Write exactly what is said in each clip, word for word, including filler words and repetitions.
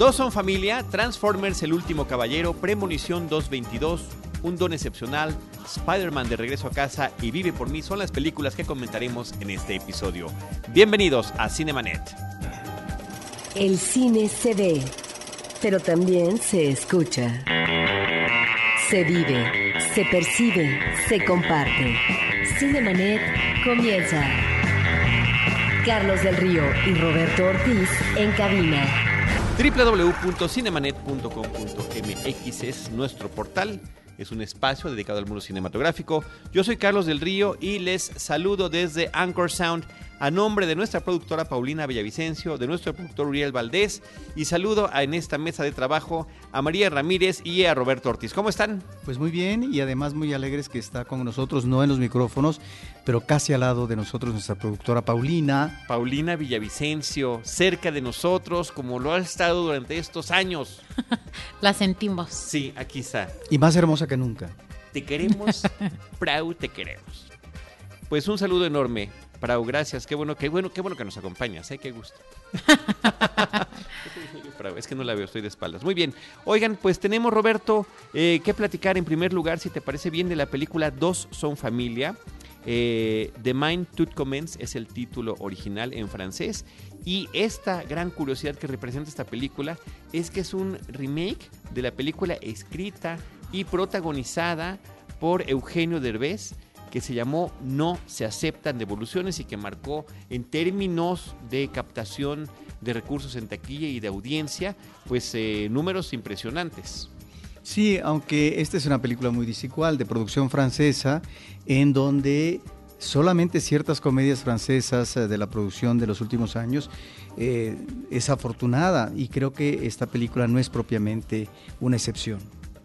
Dos son familia, Transformers, El último caballero, Premonición doscientos veintidós, Un don excepcional, Spider-Man de regreso a casa y Vive por mí son las películas que comentaremos en este episodio. Bienvenidos a Cinemanet. El cine se ve, pero también se escucha. Se vive, se percibe, se comparte. Cinemanet comienza. Carlos del Río y Roberto Ortiz en cabina. doble u doble u doble u punto cinemanet punto com punto m x es nuestro portal. Es un espacio dedicado al mundo cinematográfico. Yo soy Carlos del Río y les saludo desde Anchor Sound a nombre de nuestra productora Paulina Villavicencio, de nuestro productor Uriel Valdés, y saludo a, en esta mesa de trabajo a María Ramírez y a Roberto Ortiz. ¿Cómo están? Pues muy bien, y además muy alegres que está con nosotros, no en los micrófonos, pero casi al lado de nosotros nuestra productora Paulina. Paulina Villavicencio, cerca de nosotros, como lo ha estado durante estos años. La sentimos. Sí, aquí está. Y más hermosa que nunca. Te queremos, Prau, te queremos. Pues un saludo enorme, Prau, gracias. Qué bueno, qué bueno, qué bueno que nos acompañas, ¿eh? Qué gusto. Prau, es que no la veo, estoy de espaldas. Muy bien. Oigan, pues tenemos, Roberto, eh, que platicar en primer lugar, si te parece bien, de la película Dos son familia. Eh, The Mind Tout Commence es el título original en francés, y esta gran curiosidad que representa esta película es que es un remake de la película escrita y protagonizada por Eugenio Derbez, que se llamó No se aceptan devoluciones y que marcó en términos de captación de recursos en taquilla y de audiencia, pues eh, números impresionantes. Sí, aunque esta es una película muy desigual, de producción francesa, en donde solamente ciertas comedias francesas de la producción de los últimos años eh, es afortunada, y creo que esta película no es propiamente una excepción.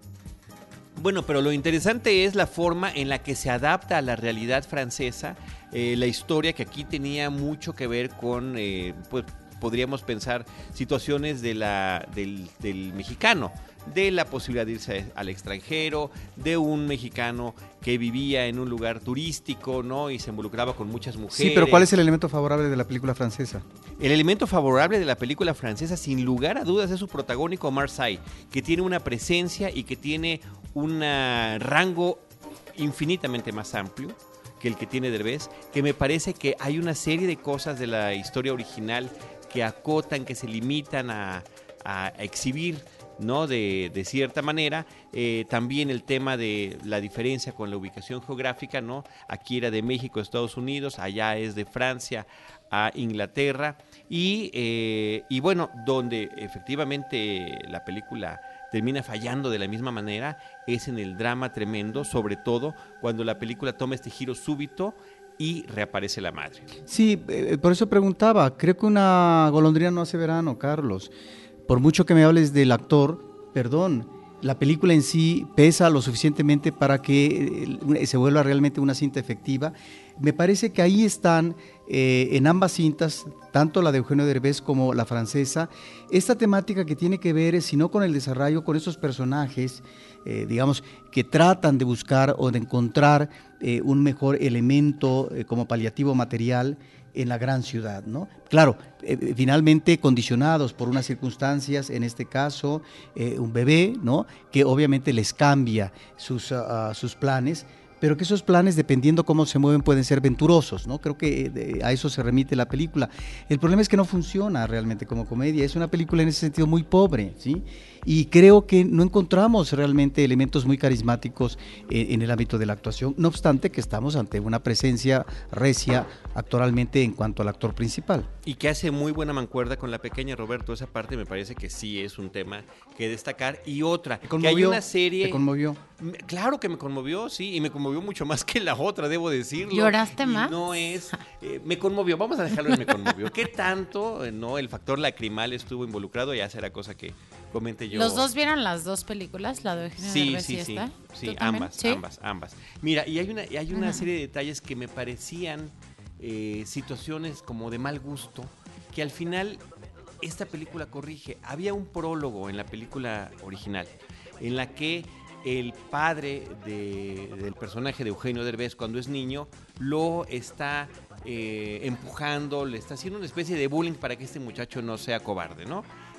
Bueno, pero lo interesante es la forma en la que se adapta a la realidad francesa, eh, la historia que aquí tenía mucho que ver con, eh, pues podríamos pensar, situaciones de la, del, del mexicano, de la posibilidad de irse al extranjero, de un mexicano que vivía en un lugar turístico, ¿no? Y se involucraba con muchas mujeres. Sí, pero ¿cuál es el elemento favorable de la película francesa? El elemento favorable de la película francesa, sin lugar a dudas, es su protagónico Marseille, que tiene una presencia y que tiene un rango infinitamente más amplio que el que tiene Derbez, que me parece que hay una serie de cosas de la historia original que acotan, que se limitan a, a exhibir, ¿no? De, de cierta manera. Eh, también el tema de la diferencia con la ubicación geográfica, ¿no? Aquí era de México a Estados Unidos, allá es de Francia a Inglaterra, y, eh, y bueno, donde efectivamente la película termina fallando de la misma manera es en el drama tremendo, sobre todo cuando la película toma este giro súbito y reaparece la madre. Sí, eh, por eso preguntaba, creo que una golondrina no hace verano, Carlos. Por mucho que me hables del actor, perdón, la película en sí pesa lo suficientemente para que eh, se vuelva realmente una cinta efectiva. Me parece que ahí están, eh, en ambas cintas, tanto la de Eugenio Derbez como la francesa, esta temática que tiene que ver, si no con el desarrollo, con esos personajes, eh, digamos, que tratan de buscar o de encontrar eh, un mejor elemento eh, como paliativo material en la gran ciudad, ¿no? Claro, eh, finalmente condicionados por unas circunstancias, en este caso eh, un bebé, ¿no? Que obviamente les cambia sus, uh, sus planes, pero que esos planes, dependiendo cómo se mueven, pueden ser venturosos, ¿no? Creo que de, a eso se remite la película. El problema es que no funciona realmente como comedia, es una película en ese sentido muy pobre, ¿sí? Y creo que no encontramos realmente elementos muy carismáticos en, en el ámbito de la actuación, no obstante que estamos ante una presencia recia actoralmente en cuanto al actor principal. Y que hace muy buena mancuerda con la pequeña, Roberto, esa parte me parece que sí es un tema que destacar. Y otra, que hay una serie... ¿Te conmovió? Claro que me conmovió, sí, y me conmovió mucho más que la otra, debo decirlo. ¿Lloraste y más? No es... Eh, me conmovió, vamos a dejarlo en me conmovió. ¿Qué tanto, eh, no, el factor lacrimal estuvo involucrado? Ya será cosa que comente yo. ¿Los dos vieron las dos películas? ¿La de Eugenio Sí, Derbez sí, y sí, esta? sí, ¿Tú también? ambas, ¿Sí? ambas, ambas. Mira, y hay una, y hay una Ajá. serie de detalles que me parecían eh, situaciones como de mal gusto, que al final esta película corrige. Había un prólogo en la película original, en la que el padre de, del personaje de Eugenio Derbez, cuando es niño, lo está eh, empujando, le está haciendo una especie de bullying para que este muchacho no sea cobarde, ¿no?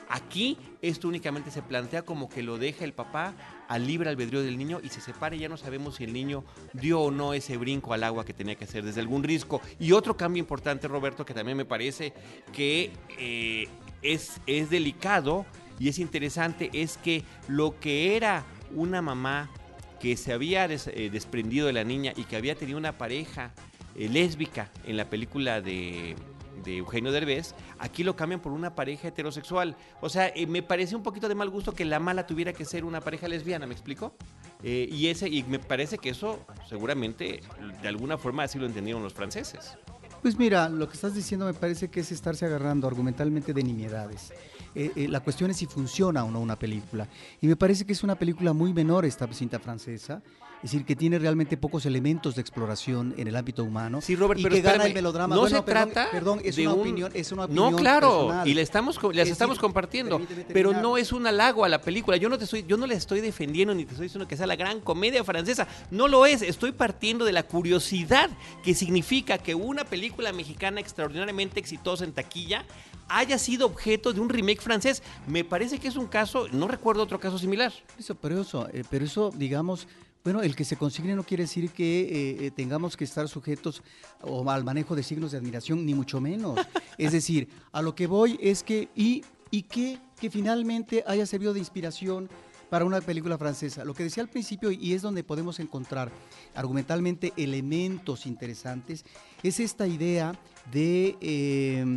Aquí esto únicamente se plantea como que lo deja el papá al libre albedrío del niño y se separa y ya no sabemos si el niño dio o no ese brinco al agua que tenía que hacer desde algún risco. Y otro cambio importante, Roberto, que también me parece que eh, es, es delicado y es interesante, es que lo que era una mamá que se había des, eh, desprendido de la niña y que había tenido una pareja eh, lésbica en la película de... de Eugenio Derbez, aquí lo cambian por una pareja heterosexual. O sea, eh, me parece un poquito de mal gusto que la mala tuviera que ser una pareja lesbiana, ¿me explico? Eh, y, ese, y me parece que eso seguramente de alguna forma así lo entendieron los franceses. Pues mira, lo que estás diciendo me parece que es estarse agarrando argumentalmente de nimiedades. Eh, eh, la cuestión es si funciona o no una película. Y me parece que es una película muy menor esta cinta francesa. Es decir, que tiene realmente pocos elementos de exploración en el ámbito humano. Sí, Robert, y pero que espérame, gana el melodrama. No bueno, se perdón, trata perdón, es de una un... opinión, es una opinión No, claro, personal. y la estamos, las Es estamos decir, compartiendo, permíteme pero terminar. no es un halago a la película. Yo no te estoy, yo no le estoy defendiendo ni te estoy diciendo que sea la gran comedia francesa. No lo es. Estoy partiendo de la curiosidad que significa que una película mexicana extraordinariamente exitosa en taquilla haya sido objeto de un remake francés. Me parece que es un caso, no recuerdo otro caso similar. Eso, pero eso, eh, pero eso, digamos, bueno, el que se consigne no quiere decir que eh, eh, tengamos que estar sujetos o al manejo de signos de admiración, ni mucho menos. Es decir, a lo que voy es que, y, y que, que finalmente haya servido de inspiración para una película francesa. Lo que decía al principio, y es donde podemos encontrar argumentalmente elementos interesantes, es esta idea de... Eh,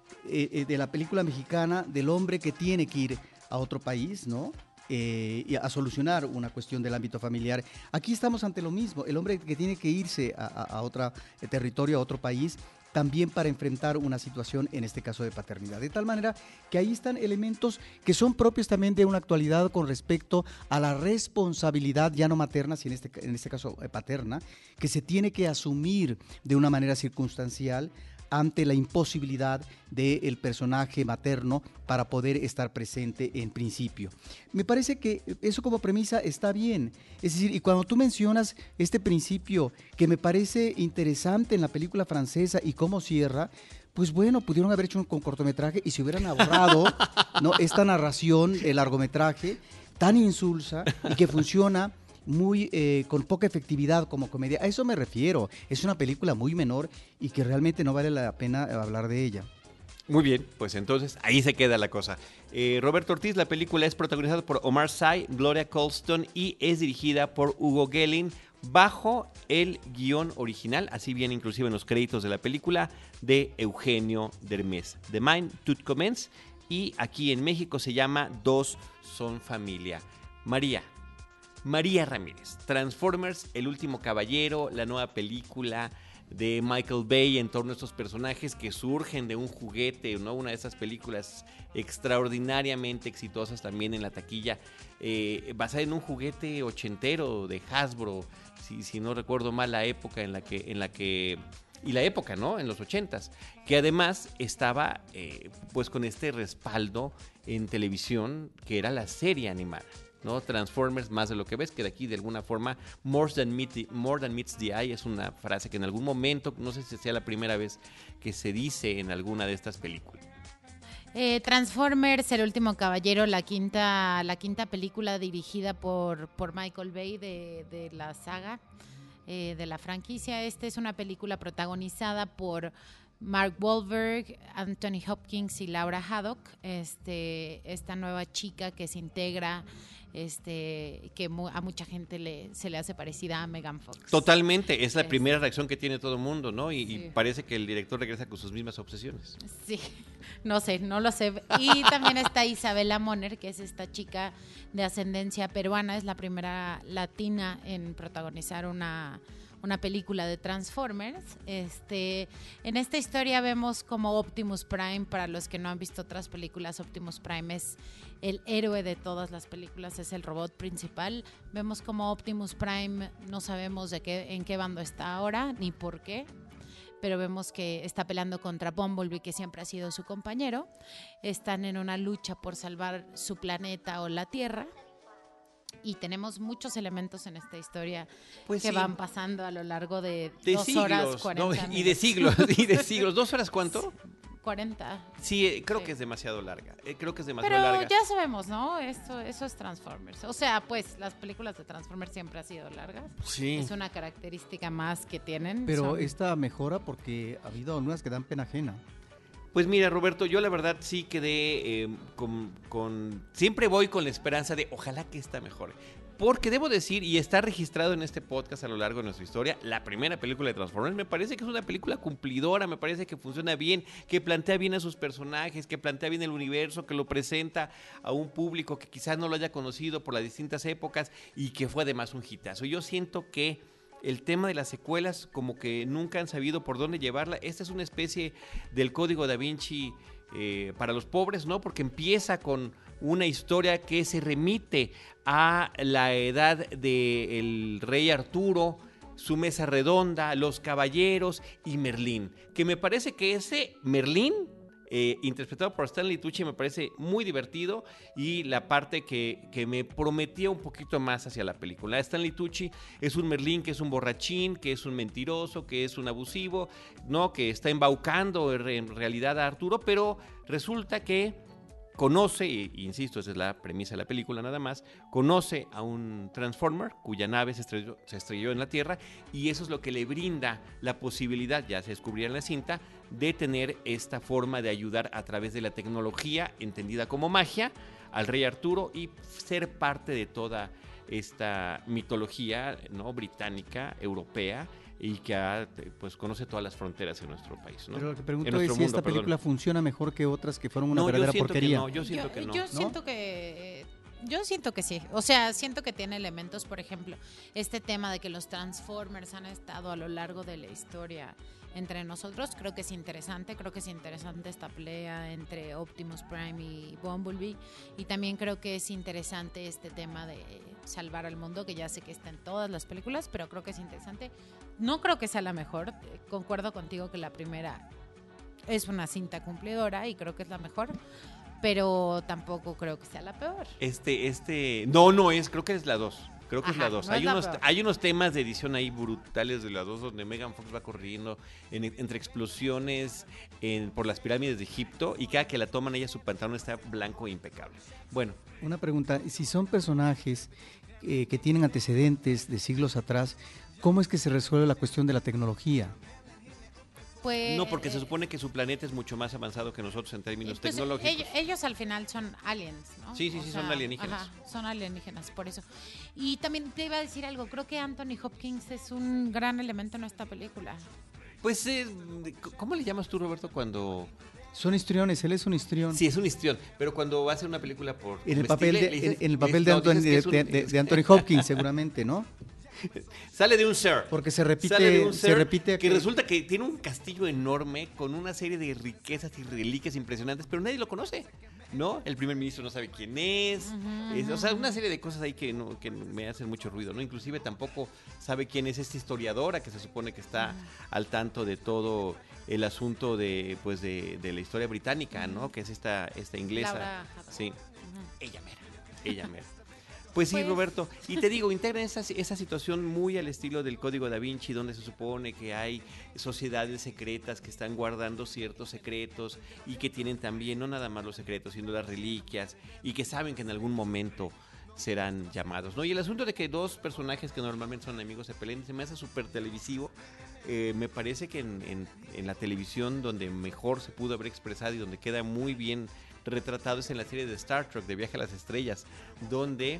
Eh, de la película mexicana del hombre que tiene que ir a otro país, ¿no? Eh, y a solucionar una cuestión del ámbito familiar. Aquí estamos ante lo mismo, el hombre que tiene que irse a, a, a otro territorio, a otro país, también para enfrentar una situación, en este caso de paternidad. De tal manera que ahí están elementos que son propios también de una actualidad con respecto a la responsabilidad, ya no materna, sino en este, en este caso eh, paterna, que se tiene que asumir de una manera circunstancial ante la imposibilidad del personaje materno para poder estar presente en principio. Me parece que eso como premisa está bien. Es decir, y cuando tú mencionas este principio que me parece interesante en la película francesa y cómo cierra, pues bueno, pudieron haber hecho un cortometraje y se hubieran ahorrado, ¿no?, esta narración, el largometraje, tan insulsa y que funciona muy eh, con poca efectividad como comedia. A eso me refiero. Es una película muy menor y que realmente no vale la pena hablar de ella. Muy bien, pues entonces ahí se queda la cosa. Eh, Roberto Ortiz, la película es protagonizada por Omar Sy, Gloria Colston y es dirigida por Hugo Gelling bajo el guión original, así viene inclusive en los créditos de la película, de Eugenio Derbez. The Mind Tout Commence, y aquí en México se llama Dos son familia. María. María Ramírez, Transformers, El último caballero, la nueva película de Michael Bay en torno a estos personajes que surgen de un juguete, ¿no? Una de esas películas extraordinariamente exitosas también en la taquilla, eh, basada en un juguete ochentero de Hasbro, si, si no recuerdo mal la época en la que... En la que y la época, ¿no? En los ochentas, que además estaba eh, pues con este respaldo en televisión que era la serie animada, ¿no? Transformers, más de lo que ves, que de aquí de alguna forma more than, meet, more than meets the eye es una frase que en algún momento, no sé si sea la primera vez que se dice en alguna de estas películas. Eh, Transformers, El último caballero, la quinta, la quinta película dirigida por, por Michael Bay de, de la saga, eh, de la franquicia. Esta es una película protagonizada por Mark Wahlberg, Anthony Hopkins y Laura Haddock, este, esta nueva chica que se integra, este, que mu- a mucha gente le, se le hace parecida a Megan Fox. Totalmente, es la Es- primera reacción que tiene todo el mundo, ¿no? Y, Sí. y parece que el director regresa con sus mismas obsesiones. Sí, no sé, no lo sé. Y también está Isabela Moner, que es esta chica de ascendencia peruana, es la primera latina en protagonizar una, una película de Transformers. Este, en esta historia vemos como Optimus Prime, para los que no han visto otras películas, Optimus Prime es el héroe de todas las películas, es el robot principal. Vemos como Optimus Prime, no sabemos de qué, en qué bando está ahora, ni por qué, pero vemos que está peleando contra Bumblebee, que siempre ha sido su compañero. Están en una lucha por salvar su planeta o la Tierra. Y tenemos muchos elementos en esta historia Pues que sí. van pasando a lo largo de, De dos siglos, horas, ¿no? cuarenta Y de minutos. siglos, y de siglos. ¿Dos horas cuánto? cuarenta. Sí, eh, creo Sí. que es demasiado larga. Eh, creo que es demasiado Pero larga. ya sabemos, ¿no? Esto, eso es Transformers. O sea, pues las películas de Transformers siempre han sido largas. Sí. Es una característica más que tienen. Pero Son- esta mejora porque ha habido algunas que dan pena ajena. Pues mira, Roberto, yo la verdad sí quedé eh, con, con... Siempre voy con la esperanza de ojalá que esta mejore. Porque debo decir, y está registrado en este podcast a lo largo de nuestra historia, la primera película de Transformers me parece que es una película cumplidora, me parece que funciona bien, que plantea bien a sus personajes, que plantea bien el universo, que lo presenta a un público que quizás no lo haya conocido por las distintas épocas y que fue además un hitazo. Yo siento que el tema de las secuelas como que nunca han sabido por dónde llevarla. Esta es una especie del Código Da Vinci eh, para los pobres, ¿no? Porque empieza con una historia que se remite a la edad del rey Arturo, su mesa redonda, los caballeros y Merlín. Que me parece que ese Merlín, eh, interpretado por Stanley Tucci, me parece muy divertido y la parte que, que me prometía un poquito más hacia la película. Stanley Tucci es un Merlín que es un borrachín, que es un mentiroso, que es un abusivo, ¿no? Que está embaucando en realidad a Arturo, pero resulta que conoce, e insisto, esa es la premisa de la película nada más, conoce a un Transformer cuya nave se estrelló, se estrelló en la Tierra y eso es lo que le brinda la posibilidad, ya se descubría en la cinta, de tener esta forma de ayudar a través de la tecnología entendida como magia al rey Arturo y ser parte de toda esta mitología, ¿no? británica, europea, y que ha, pues conoce todas las fronteras en nuestro país, ¿no? Pero lo que En pregunto es nuestro si mundo, esta perdón. película funciona mejor que otras que fueron una No, yo verdadera siento que porquería. no, yo siento que no. Yo ¿no? siento que... Yo siento que sí, o sea, siento que tiene elementos, por ejemplo, este tema de que los Transformers han estado a lo largo de la historia entre nosotros, creo que es interesante, creo que es interesante esta pelea entre Optimus Prime y Bumblebee, y también creo que es interesante este tema de salvar al mundo, que ya sé que está en todas las películas, pero creo que es interesante. No creo que sea la mejor, concuerdo contigo que la primera es una cinta cumplidora y creo que es la mejor, pero tampoco creo que sea la peor. Este, este, no, no es, creo que es la dos. Creo que es Ajá, la dos. no hay, es la unos, peor. hay unos temas de edición ahí brutales de la dos donde Megan Fox va corriendo en- entre explosiones en- por las pirámides de Egipto y cada que la toman ella su pantalón está blanco e impecable. Bueno, Una pregunta, si son personajes eh, que tienen antecedentes de siglos atrás, ¿cómo es que se resuelve la cuestión de la tecnología? Pues, no porque se supone que su planeta es mucho más avanzado que nosotros en términos pues, tecnológicos. ellos, ellos al final son aliens, ¿no? Sí, sí, sí, son alienígenas. Ajá, son alienígenas, por eso. Y también te iba a decir algo, creo que Anthony Hopkins es un gran elemento en esta película. Pues, eh, ¿cómo le llamas tú, Roberto, cuando...? Son histriones, él es un histrión. Sí, es un histrión, pero cuando va a hacer una película por... En el comestible, papel, de, le en, dices- en el le papel dices- de, no, Anthony, dices que es un- de- de- de Anthony Hopkins, seguramente, ¿no? Sale de un Sir. Porque se repite, Sale de un se ser repite que aquel- resulta que tiene un castillo enorme con una serie de riquezas y reliquias impresionantes, pero nadie lo conoce, ¿no? El primer ministro no sabe quién es, es- o sea, una serie de cosas ahí que, no, que me hacen mucho ruido, ¿no? Inclusive tampoco sabe quién es esta historiadora que se supone que está al tanto de todo el asunto de, pues, de, de la historia británica, ¿no? Que es esta, esta inglesa. Laura Haddock. Sí, Ujú. ella mera, ella mera. Pues sí, Pues- Roberto, y te digo, integra esa, esa situación muy al estilo del Código Da Vinci, donde se supone que hay sociedades secretas que están guardando ciertos secretos y que tienen también, no nada más los secretos, sino las reliquias, y que saben que en algún momento serán llamados, ¿no? Y el asunto de que dos personajes que normalmente son amigos se peleen, se me hace súper televisivo. Eh, me parece que en, en, en la televisión donde mejor se pudo haber expresado y donde queda muy bien retratado es en la serie de Star Trek, de Viaje a las Estrellas, donde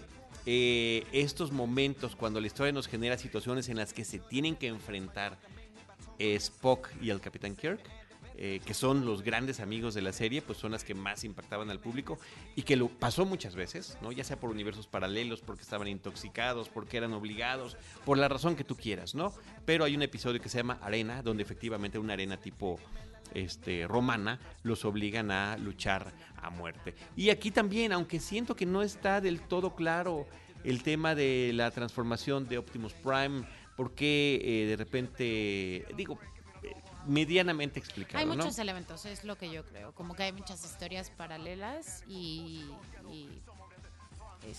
eh, estos momentos, cuando la historia nos genera situaciones en las que se tienen que enfrentar eh, Spock y el Capitán Kirk, eh, que son los grandes amigos de la serie, pues son las que más impactaban al público y que lo pasó muchas veces, ¿no? Ya sea por universos paralelos, porque estaban intoxicados, porque eran obligados, por la razón que tú quieras, ¿no? Pero hay un episodio que se llama Arena, donde efectivamente una arena tipo este, romana los obligan a luchar a muerte. Y aquí también, aunque siento que no está del todo claro el tema de la transformación de Optimus Prime, porque eh, de repente, digo, eh, medianamente explicado, Hay ¿no? muchos elementos, es lo que yo creo. Como que hay muchas historias paralelas y, y eso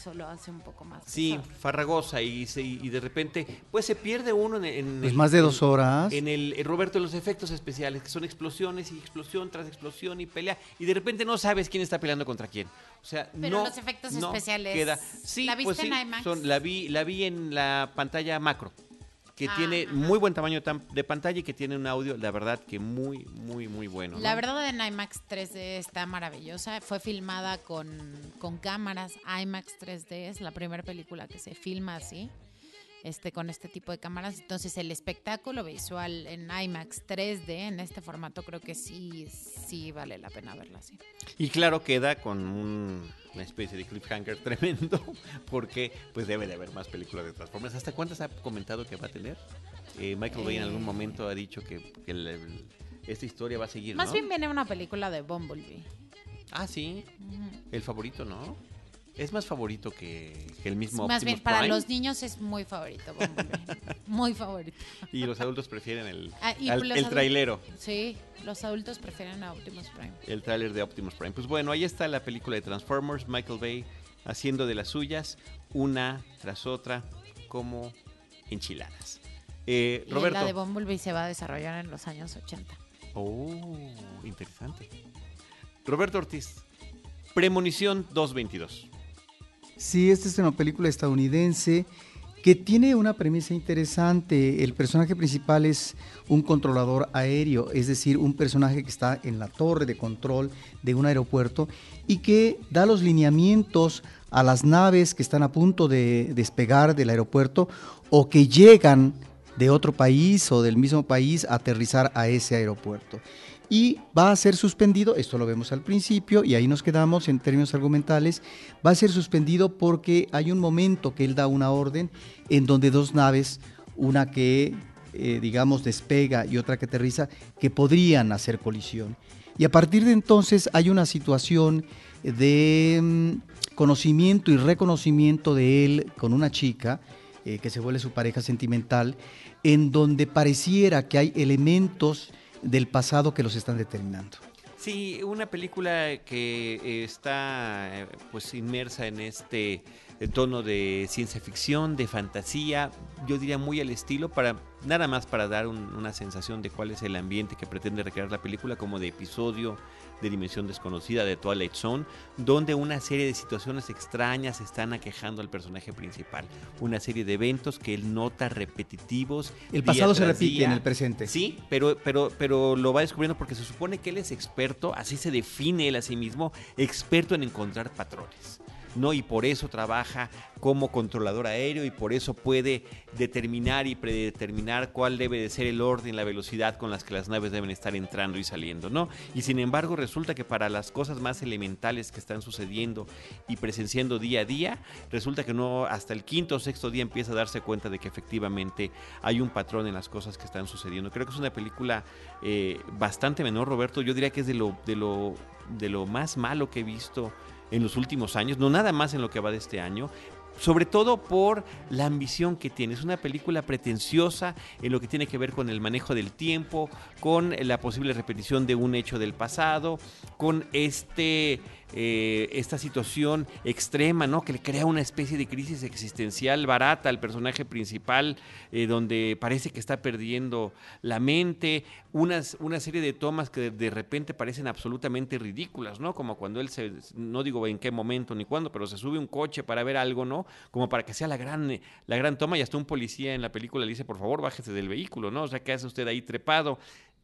eso lo hace un poco más Sí, pesado. farragosa y, se, y de repente pues se pierde uno en, en Pues el, más de en- dos horas. En el en Roberto, los efectos especiales, que son explosiones y explosión tras explosión y pelea, y de repente no sabes quién está peleando contra quién. O sea, Pero no, los efectos no especiales, queda. Sí, ¿la viste pues sí, en IMAX? son- la vi, la vi en la pantalla macro, que Ah, tiene ajá. muy buen tamaño tam- de pantalla y que tiene un audio, la verdad, que muy, muy, muy bueno. La ¿no? verdad en IMAX tres D está maravillosa. Fue filmada con, con cámaras IMAX tres D. Es la primera película que se filma así, este, con este tipo de cámaras. Entonces el espectáculo visual en IMAX tres D, en este formato, creo que sí, sí vale la pena verla así. Y claro, queda con un- una especie de cliffhanger tremendo, porque pues debe de haber más películas de Transformers. ¿Hasta cuántas ha comentado que va a tener? Eh, Michael Bay en algún Eh. momento ha dicho que, que el- el- esta historia va a seguir, Más ¿no? bien viene una película de Bumblebee. Ah, sí, Ujú. el favorito, ¿no? Es más favorito que, que el mismo Más Optimus bien para Prime, los niños es muy favorito Bumblebee. Muy favorito. y los adultos prefieren el, Ah, y al- los el adul- trailero. Sí, los adultos prefieren a Optimus Prime. El tráiler de Optimus Prime. Pues bueno, ahí está la película de Transformers, Michael Bay haciendo de las suyas, una tras otra, como enchiladas. Eh, Y Roberto. la de Bumblebee se va a desarrollar en los años ochenta. Oh, interesante. Roberto Ortiz, Premonición doscientos veintidós. Sí, esta es una película estadounidense que tiene una premisa interesante. El personaje principal es un controlador aéreo, es decir, un personaje que está en la torre de control de un aeropuerto y que da los lineamientos a las naves que están a punto de despegar del aeropuerto o que llegan de otro país o del mismo país a aterrizar a ese aeropuerto. Y va a ser suspendido, esto lo vemos al principio y ahí nos quedamos en términos argumentales, va a ser suspendido porque hay un momento que él da una orden en donde dos naves, una que eh, digamos despega y otra que aterriza, que podrían hacer colisión. Y a partir de entonces hay una situación de mm, conocimiento y reconocimiento de él con una chica eh, que se vuelve su pareja sentimental, en donde pareciera que hay elementos del pasado que los están determinando. Sí, una película que eh, está eh, pues inmersa en este eh, tono de ciencia ficción, de fantasía, yo diría muy al estilo, para nada más para dar un- una sensación de cuál es el ambiente que pretende recrear la película, como de episodio de Dimensión Desconocida, de Twilight Zone, donde una serie de situaciones extrañas están aquejando al personaje principal, una serie de eventos que él nota repetitivos. El día pasado se tras repite día. en el presente. Sí, pero, pero, pero lo va descubriendo porque se supone que él es experto, así se define él a sí mismo, experto en encontrar patrones, ¿no? Y por eso trabaja como controlador aéreo y por eso puede determinar y predeterminar cuál debe de ser el orden, la velocidad con las que las naves deben estar entrando y saliendo, ¿no? Y sin embargo resulta que para las cosas más elementales que están sucediendo y presenciando día a día, resulta que no, hasta el quinto o sexto día empieza a darse cuenta de que efectivamente hay un patrón en las cosas que están sucediendo. Creo que es una película eh, bastante menor, Roberto. Yo diría que es de lo, de lo, de lo más malo que he visto en los últimos años, no nada más en lo que va de este año, sobre todo por la ambición que tiene. Es una película pretenciosa en lo que tiene que ver con el manejo del tiempo, con la posible repetición de un hecho del pasado, con este eh, esta situación extrema, ¿no? Que le crea una especie de crisis existencial barata al personaje principal, eh, donde parece que está perdiendo la mente, unas, una serie de tomas que de, de repente parecen absolutamente ridículas, ¿no? Como cuando él se, no digo en qué momento ni cuándo, pero se sube un coche para ver algo, ¿no? Como para que sea la gran, la gran toma, y hasta un policía en la película le dice, por favor, bájese del vehículo, ¿no? O sea, ¿qué hace usted ahí trepado?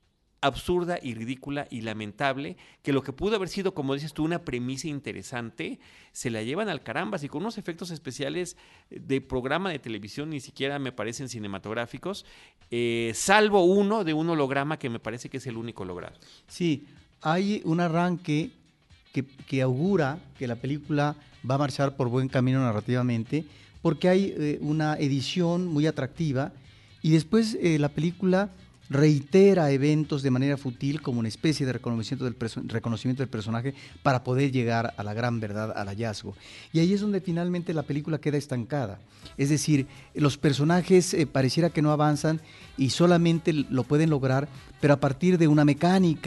Absurda y ridícula y lamentable, que lo que pudo haber sido, como dices tú, una premisa interesante, se la llevan al carambas y con unos efectos especiales de programa de televisión, ni siquiera me parecen cinematográficos, eh, salvo uno de un holograma que me parece que es el único logrado. Sí, hay un arranque que, que augura que la película va a marchar por buen camino narrativamente, porque hay eh, una edición muy atractiva y después eh, la película reitera eventos de manera fútil como una especie de reconocimiento del, perso- reconocimiento del personaje para poder llegar a la gran verdad, al hallazgo. Y ahí es donde finalmente la película queda estancada. Es decir, los personajes eh, pareciera que no avanzan y solamente lo pueden lograr, pero a partir de una mecánica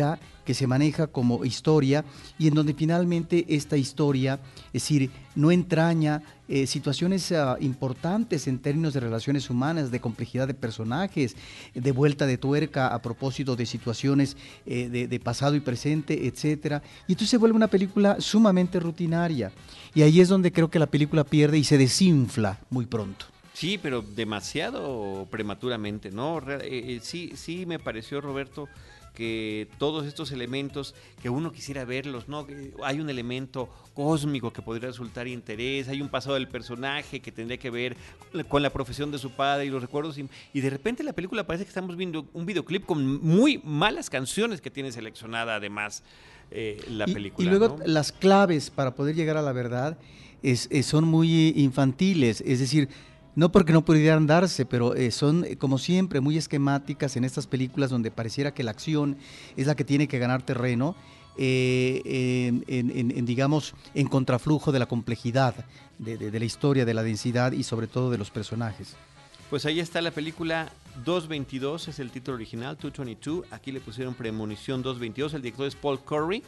que se maneja como historia y en donde finalmente esta historia, es decir, no entraña eh, situaciones uh, importantes en términos de relaciones humanas, de complejidad de personajes, de vuelta de tuerca a propósito de situaciones eh, de, de pasado y presente, etcétera. Y entonces se vuelve una película sumamente rutinaria. Y ahí es donde creo que la película pierde y se desinfla muy pronto. Sí, pero demasiado prematuramente, ¿no? Re- eh, eh, sí, sí me pareció, Roberto, que todos estos elementos que uno quisiera verlos, ¿no? Que hay un elemento cósmico que podría resultar interés, hay un pasado del personaje que tendría que ver con la profesión de su padre y los recuerdos, y, y de repente la película parece que estamos viendo un videoclip con muy malas canciones que tiene seleccionada además eh, la y, película. Y luego ¿no? Las claves para poder llegar a la verdad es, es, son muy infantiles, es decir, no porque no pudieran darse, pero eh, son, eh, como siempre, muy esquemáticas en estas películas donde pareciera que la acción es la que tiene que ganar terreno, eh, en, en, en, digamos, en contraflujo de la complejidad de, de, de la historia, de la densidad y sobre todo de los personajes. Pues ahí está la película doscientos veintidós, es el título original, doscientos veintidós, aquí le pusieron Premonición doscientos veintidós, el director es Paul Curry,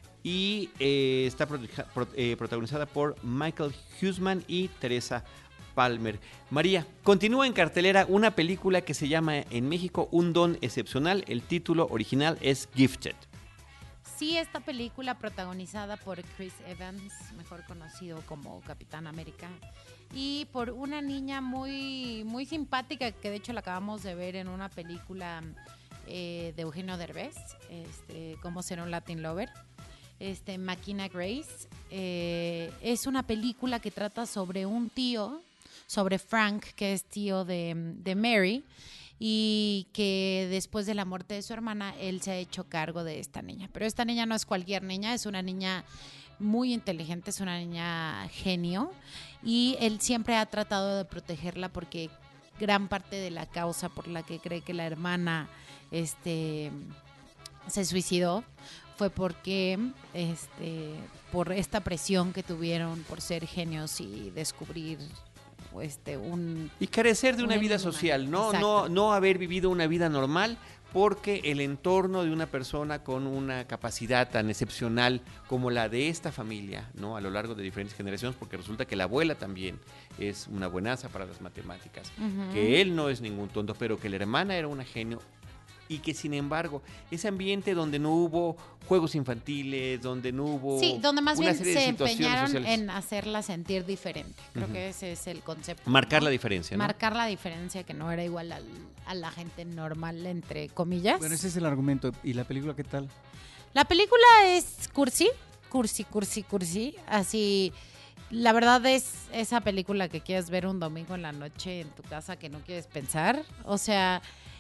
y eh, está pro, pro, eh, protagonizada por Michael Huseman y Teresa Palmer. María, continúa en cartelera una película que se llama en México Un Don Excepcional. El título original es Gifted. Sí, esta película protagonizada por Chris Evans, mejor conocido como Capitán América, y por una niña muy, muy simpática que de hecho la acabamos de ver en una película eh, de Eugenio Derbez, este, Cómo ser un Latin Lover. Este, Maquina Grace. Eh, es una película que trata sobre un tío, sobre Frank, que es tío de, de Mary, y que después de la muerte de su hermana, él se ha hecho cargo de esta niña. Pero esta niña no es cualquier niña, es una niña muy inteligente, es una niña genio, y él siempre ha tratado de protegerla porque gran parte de la causa por la que cree que la hermana este, se suicidó fue porque este, por esta presión que tuvieron por ser genios y descubrir este un y carecer de un una vida enigma. social, no Exacto. no no haber vivido una vida normal porque el entorno de una persona con una capacidad tan excepcional como la de esta familia, ¿no? A lo largo de diferentes generaciones, porque resulta que la abuela también es una buenaza para las matemáticas, uh-huh. que él no es ningún tonto, pero que la hermana era una genio. Y que sin embargo, ese ambiente donde no hubo juegos infantiles, donde no hubo sí, donde más una bien serie se de situaciones empeñaron sociales. en hacerla sentir diferente. Creo uh-huh. que ese es el concepto. Marcar ¿no? la diferencia, ¿no? Marcar la diferencia, que no era igual al, a la gente normal, entre comillas. Bueno, ese es el argumento. ¿Y la película qué tal? La película es cursi, cursi, cursi, cursi. Así, la verdad es esa película que quieres ver un domingo en la noche en tu casa que no quieres pensar. O sea,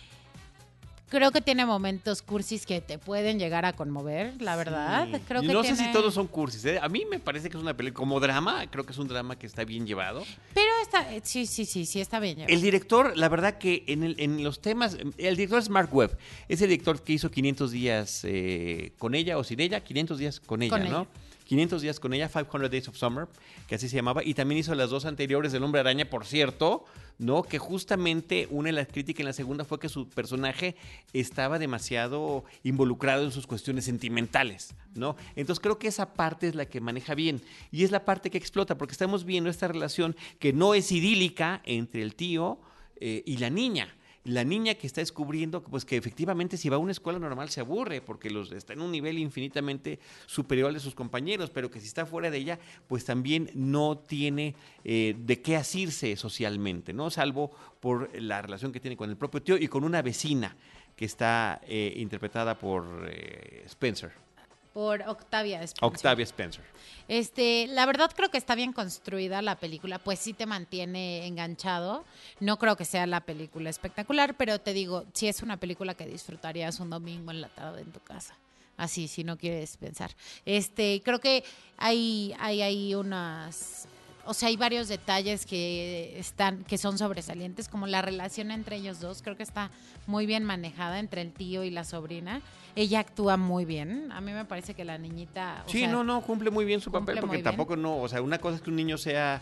creo que tiene momentos cursis que te pueden llegar a conmover, la verdad. Sí. Creo y que no tiene... sé si todos son cursis, ¿eh? A mí me parece que es una película como drama, creo que es un drama que está bien llevado. Pero está, sí, sí, sí, sí, está bien llevado. El director, la verdad que en, el, en los temas, el director es Mark Webb, es el director que hizo quinientos días eh, con ella o sin ella, quinientos días con ella, con ¿no? Ella. quinientos días con ella, quinientos Days of Summer, que así se llamaba, y también hizo las dos anteriores del Hombre Araña, por cierto, ¿no? Que justamente una de las críticas en la segunda fue que su personaje estaba demasiado involucrado en sus cuestiones sentimentales, ¿no? Entonces creo que esa parte es la que maneja bien y es la parte que explota, porque estamos viendo esta relación que no es idílica entre el tío eh, y la niña. La niña que está descubriendo pues, que efectivamente si va a una escuela normal se aburre porque los, está en un nivel infinitamente superior al de sus compañeros, pero que si está fuera de ella, pues también no tiene eh, de qué asirse socialmente, ¿no? Salvo por la relación que tiene con el propio tío y con una vecina que está eh, interpretada por eh, Spencer. Por Octavia Spencer. Octavia Spencer. Este, la verdad creo que está bien construida la película, pues sí te mantiene enganchado. No creo que sea la película espectacular, pero te digo, sí es una película que disfrutarías un domingo en la tarde en tu casa. Así, si no quieres pensar. Este, creo que hay, hay, hay unas... O sea, hay varios detalles que están, que son sobresalientes, como la relación entre ellos dos. Creo que está muy bien manejada entre el tío y la sobrina. Ella actúa muy bien. A mí me parece que la niñita... O sí, sea, no, no, cumple muy bien su papel, porque tampoco bien. no, o sea, una cosa es que un niño sea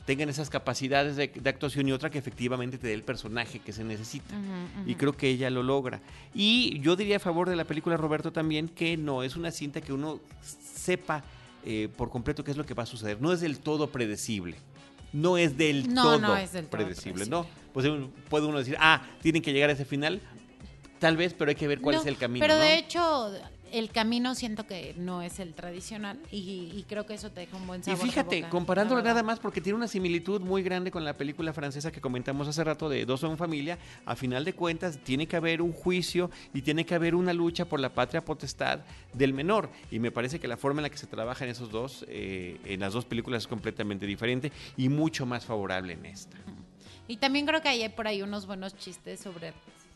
tengan esas capacidades de, de actuación y otra que efectivamente te dé el personaje que se necesita. Ujú, ujú. Y creo que ella lo logra. Y yo diría a favor de la película, Roberto, también que no es una cinta que uno sepa eh, por completo qué es lo que va a suceder. No es del todo predecible. No es del No, todo no es del todo predecible, predecible. ¿no? Pues eh, puede uno decir, ah, tienen que llegar a ese final. Tal vez, pero hay que ver cuál No, es el camino, Pero ¿no? de hecho, el camino siento que no es el tradicional y, y creo que eso te deja un buen Y sabor de fíjate, boca, comparándolo la verdad. nada más porque tiene una similitud muy grande con la película francesa que comentamos hace rato de Dos son familia, a final de cuentas tiene que haber un juicio y tiene que haber una lucha por la patria potestad del menor. Y me parece que la forma en la que se trabaja en esos dos, eh, en las dos películas es completamente diferente y mucho más favorable en esta. Y también creo que hay por ahí unos buenos chistes sobre...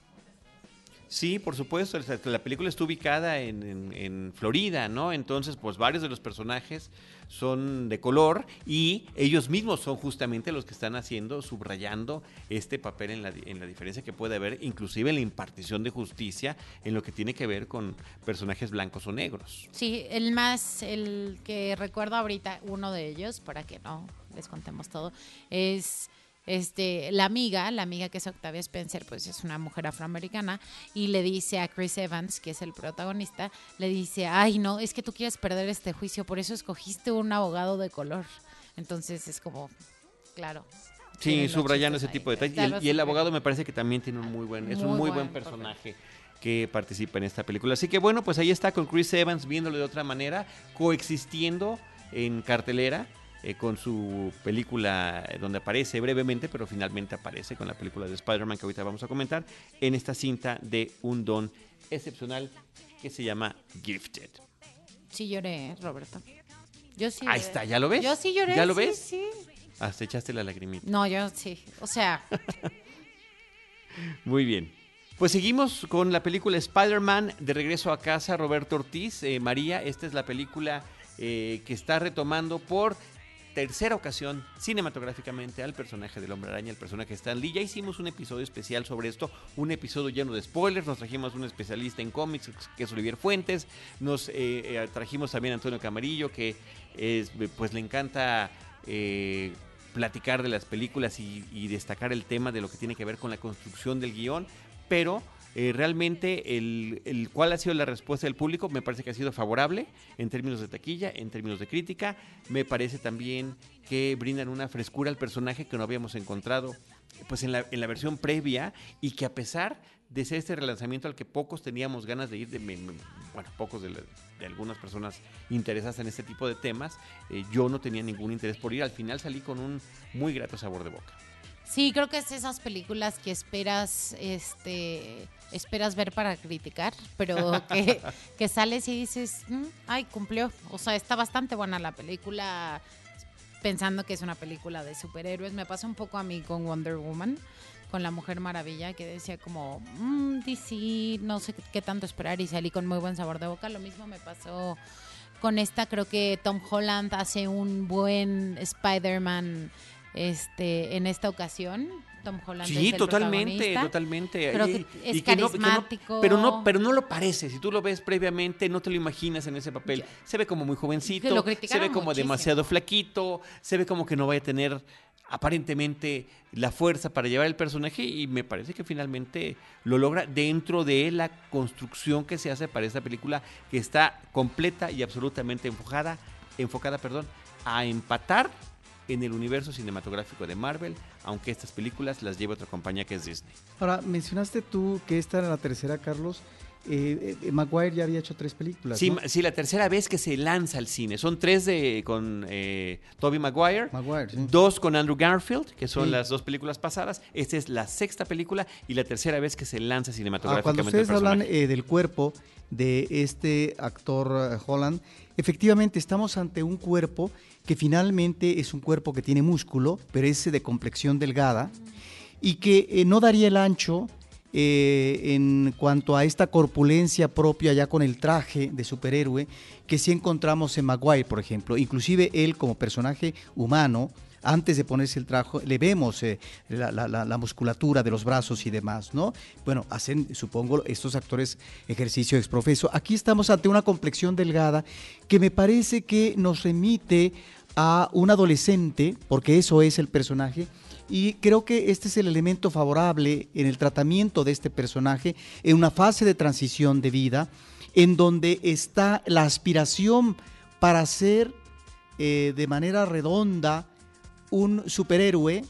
Sí, por supuesto, o sea, la película está ubicada en, en, en Florida, ¿no? Entonces, pues varios de los personajes son de color y ellos mismos son justamente los que están haciendo, subrayando este papel en la, en la diferencia que puede haber, inclusive en la impartición de justicia, en lo que tiene que ver con personajes blancos o negros. Sí, el más, el que recuerdo ahorita, uno de ellos, para que no les contemos todo, es... Este, la amiga, la amiga que es Octavia Spencer, pues es una mujer afroamericana y le dice a Chris Evans, que es el protagonista, le dice, ay no, es que tú quieres perder este juicio, por eso escogiste un abogado de color. Entonces es como, claro. Sí, tienen los subrayando chistes ese tipo ahí. de detalles. Y Está el, lo y el súper. abogado me parece que también tiene un muy buen, es un Muy muy buen buen personaje que participa en esta película. Así que bueno, pues ahí está con Chris Evans viéndolo de otra manera, coexistiendo en cartelera. Eh, con su película eh, donde aparece brevemente, pero finalmente aparece con la película de Spider-Man que ahorita vamos a comentar, en esta cinta de un don excepcional que se llama Gifted. Sí lloré, Roberto. Yo sí Ahí lloré. está, ¿ya lo ves? Yo sí lloré. ¿Ya lo sí, ves? Sí. Hasta echaste la lagrimita. No, yo sí. O sea, Muy bien. Pues seguimos con la película Spider-Man, De regreso a casa, Roberto Ortiz. Eh, María, esta es la película eh, que está retomando por tercera ocasión cinematográficamente al personaje del Hombre Araña, el personaje Stan Lee. Ya hicimos un episodio especial sobre esto, un episodio lleno de spoilers. Nos trajimos un especialista en cómics, que es Olivier Fuentes. Nos eh, eh, trajimos también a Antonio Camarillo, que es, pues le encanta eh, platicar de las películas y, y destacar el tema de lo que tiene que ver con la construcción del guión. Pero eh, realmente el, el cuál ha sido la respuesta del público me parece que ha sido favorable en términos de taquilla, en términos de crítica. Me parece también que brindan una frescura al personaje que no habíamos encontrado pues en la, en la versión previa, y que a pesar de ser este relanzamiento al que pocos teníamos ganas de ir, de, me, me, bueno, pocos de, la, de algunas personas interesadas en este tipo de temas, eh, yo no tenía ningún interés por ir. Al final salí con un muy grato sabor de boca. sí, creo que es esas películas que esperas, este, esperas ver para criticar, pero que, que sales y dices, mm, ay, cumplió. O sea, está bastante buena la película, pensando que es una película de superhéroes. Me pasó un poco a mí con Wonder Woman, con La Mujer Maravilla, que decía como, mmm, D C, no sé qué, qué tanto esperar, y salí con muy buen sabor de boca. Lo mismo me pasó con esta. Creo que Tom Holland hace un buen Spider-Man este, en esta ocasión. Tom Holland Sí, es el totalmente, protagonista. totalmente. Creo Y- que es y que no- que no- carismático. pero no, pero no lo parece. Si tú lo ves previamente, no te lo imaginas en ese papel. Ya. Se ve como muy jovencito, Que lo se criticaron ve como muchísimo. demasiado flaquito, se ve como que no vaya a tener aparentemente la fuerza para llevar el personaje, y me parece que finalmente lo logra dentro de la construcción que se hace para esta película, que está completa y absolutamente enfocada, enfocada, perdón, a empatar en el universo cinematográfico de Marvel, aunque estas películas las lleva otra compañía que es Disney. Ahora, mencionaste tú que esta era la tercera, Carlos. Eh, eh, Maguire ya había hecho tres películas, Sí, ¿no? ma- sí, la tercera vez que se lanza al cine. Son tres de, con eh, Tobey Maguire, Maguire, sí. dos con Andrew Garfield, que son Sí. las dos películas pasadas. Esta es la sexta película y la tercera vez que se lanza Ah, cinematográficamente cuando el ustedes hablan personaje. eh, del cuerpo de este actor eh, Holland, efectivamente estamos ante un cuerpo que finalmente es un cuerpo que tiene músculo, pero es de complexión delgada, y que eh, no daría el ancho eh, en cuanto a esta corpulencia propia ya con el traje de superhéroe que sí encontramos en Maguire, por ejemplo. Inclusive él como personaje humano, antes de ponerse el traje, le vemos eh, la, la- la- la musculatura de los brazos y demás, ¿no? Bueno, hacen, supongo, estos actores ejercicio exprofeso. Aquí estamos ante una complexión delgada que me parece que nos remite a un adolescente, porque eso es el personaje, y creo que este es el elemento favorable en el tratamiento de este personaje en una fase de transición de vida, en donde está la aspiración para ser eh, de manera redonda un superhéroe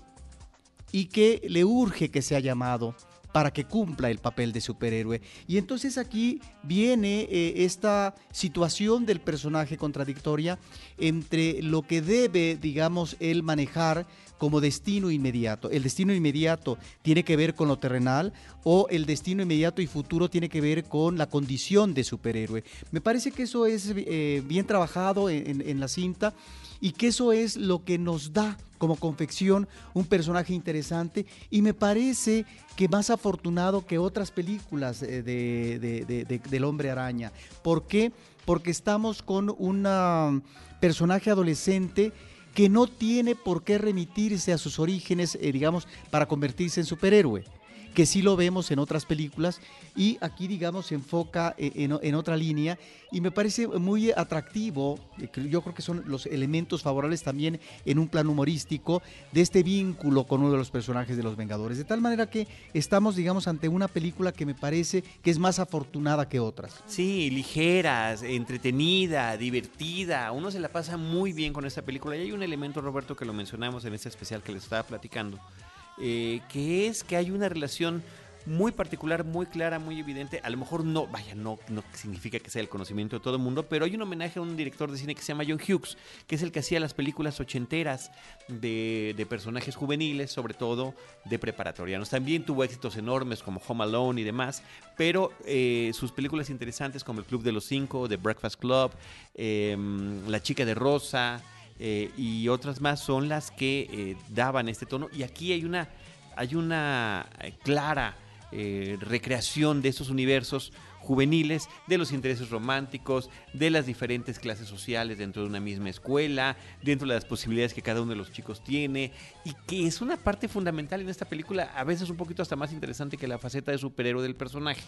y que le urge que sea llamado para que cumpla el papel de superhéroe. Y entonces aquí viene eh, esta situación del personaje contradictoria entre lo que debe, digamos, él manejar como destino inmediato. El destino inmediato tiene que ver con lo terrenal, o el destino inmediato y futuro tiene que ver con la condición de superhéroe. Me parece que eso es eh, bien trabajado en, en, en la cinta, y que eso es lo que nos da como confección un personaje interesante, y me parece que más afortunado que otras películas de, de, de, de, del Hombre Araña. ¿Por qué? Porque estamos con un personaje adolescente que no tiene por qué remitirse a sus orígenes, eh, digamos, para convertirse en superhéroe, que sí lo vemos en otras películas, y aquí, digamos, se enfoca en, en otra línea, y me parece muy atractivo. Yo creo que son los elementos favorables también en un plano humorístico de este vínculo con uno de los personajes de los Vengadores, de tal manera que estamos, digamos, ante una película que me parece que es más afortunada que otras. Sí, ligeras, entretenida, divertida, uno se la pasa muy bien con esta película. Y hay un elemento, Roberto, que lo mencionamos en este especial que les estaba platicando, Eh, que es que hay una relación muy particular, muy clara, muy evidente. A lo mejor no, vaya, no, no significa que sea el conocimiento de todo el mundo, pero hay un homenaje a un director de cine que se llama John Hughes, que es el que hacía las películas ochenteras de, de personajes juveniles, sobre todo de preparatorianos. También tuvo éxitos enormes como Home Alone y demás, pero eh, sus películas interesantes como El Club de los Cinco, The Breakfast Club, eh, La Chica de Rosa, Eh, y otras más son las que eh, daban este tono, y aquí hay una, hay una eh, clara eh, recreación de esos universos juveniles, de los intereses románticos, de las diferentes clases sociales dentro de una misma escuela, dentro de las posibilidades que cada uno de los chicos tiene, y que es una parte fundamental en esta película, a veces un poquito hasta más interesante que la faceta de superhéroe del personaje.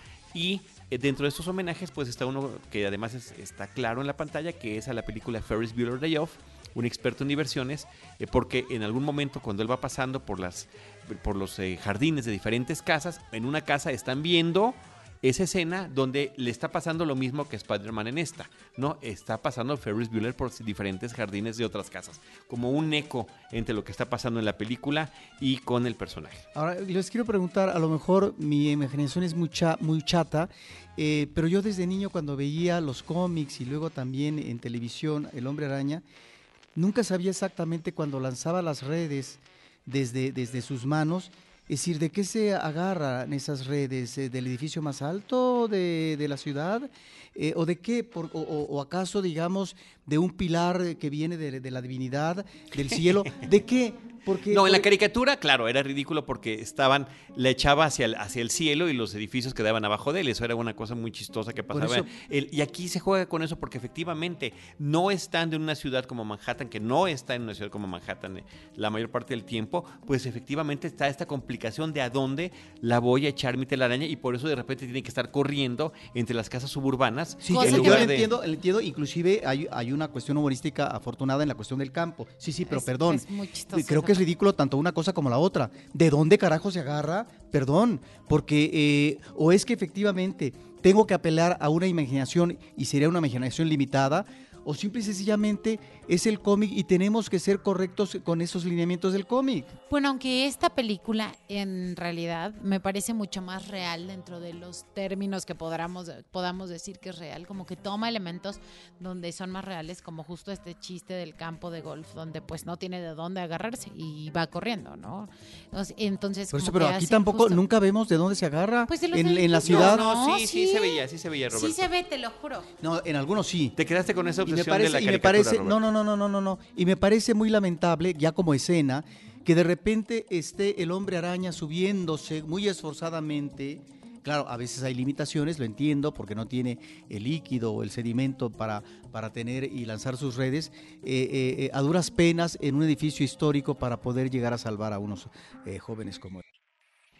Y dentro de estos homenajes pues está uno que además es, está claro en la pantalla, que es a la película Ferris Bueller Day Off, un experto en diversiones, eh, porque en algún momento cuando él va pasando por, las, por los eh, jardines de diferentes casas, en una casa están viendo esa escena donde le está pasando lo mismo que Spider-Man en esta, ¿no? Está pasando Ferris Bueller por diferentes jardines de otras casas, como un eco entre lo que está pasando en la película y con el personaje. Ahora, les quiero preguntar, a lo mejor mi imaginación es muy, cha, muy chata, eh, pero yo desde niño, cuando veía los cómics y luego también en televisión El Hombre Araña, nunca sabía exactamente cuando lanzaba las redes desde, desde sus manos. Es decir, ¿de qué se agarran esas redes? ¿Del edificio más alto de, de la ciudad? Eh, ¿O de qué? Por, o, ¿O acaso, digamos, de un pilar que viene de, de la divinidad, del cielo? ¿De qué? Porque, no, en la caricatura, claro, era ridículo porque estaban, la echaba hacia el, hacia el cielo y los edificios quedaban abajo de él. Eso era una cosa muy chistosa que pasaba. Eso, el, y aquí se juega con eso porque efectivamente no estando en una ciudad como Manhattan, que no está en una ciudad como Manhattan la mayor parte del tiempo, pues efectivamente está esta complicación de a dónde la voy a echar mi telaraña, y por eso de repente tienen que estar corriendo entre las casas suburbanas. Sí, en yo lugar lo de... entiendo, lo entiendo, inclusive hay, hay una cuestión humorística afortunada en la cuestión del campo. Sí, sí, pero es, perdón. Es muy chistoso. Creo que es ridículo tanto una cosa como la otra. ¿De dónde carajo se agarra? Perdón, porque eh, o es que efectivamente tengo que apelar a una imaginación y sería una imaginación limitada, o simple y sencillamente es el cómic y tenemos que ser correctos con esos lineamientos del cómic. Bueno, aunque esta película en realidad me parece mucho más real dentro de los términos que podamos, podamos decir que es real, como que toma elementos donde son más reales, como justo este chiste del campo de golf, donde pues no tiene de dónde agarrarse y va corriendo, ¿no? Entonces, Por eso, como pero que aquí hace tampoco, justo... nunca vemos de dónde se agarra pues de los en, en la edificios. ciudad. No, no, sí, sí, sí se veía, sí se veía, Roberto. Sí se ve, te lo juro. No, en algunos sí. Te quedaste con esa Y me obsesión parece, de la y caricatura, me parece, Roberto. no, no, no, no, no, no, no, y me parece muy lamentable, ya como escena, que de repente esté el Hombre Araña subiéndose muy esforzadamente. Claro, a veces hay limitaciones, lo entiendo, porque no tiene el líquido o el sedimento para, para tener y lanzar sus redes, eh, eh, a duras penas en un edificio histórico para poder llegar a salvar a unos eh, jóvenes como él.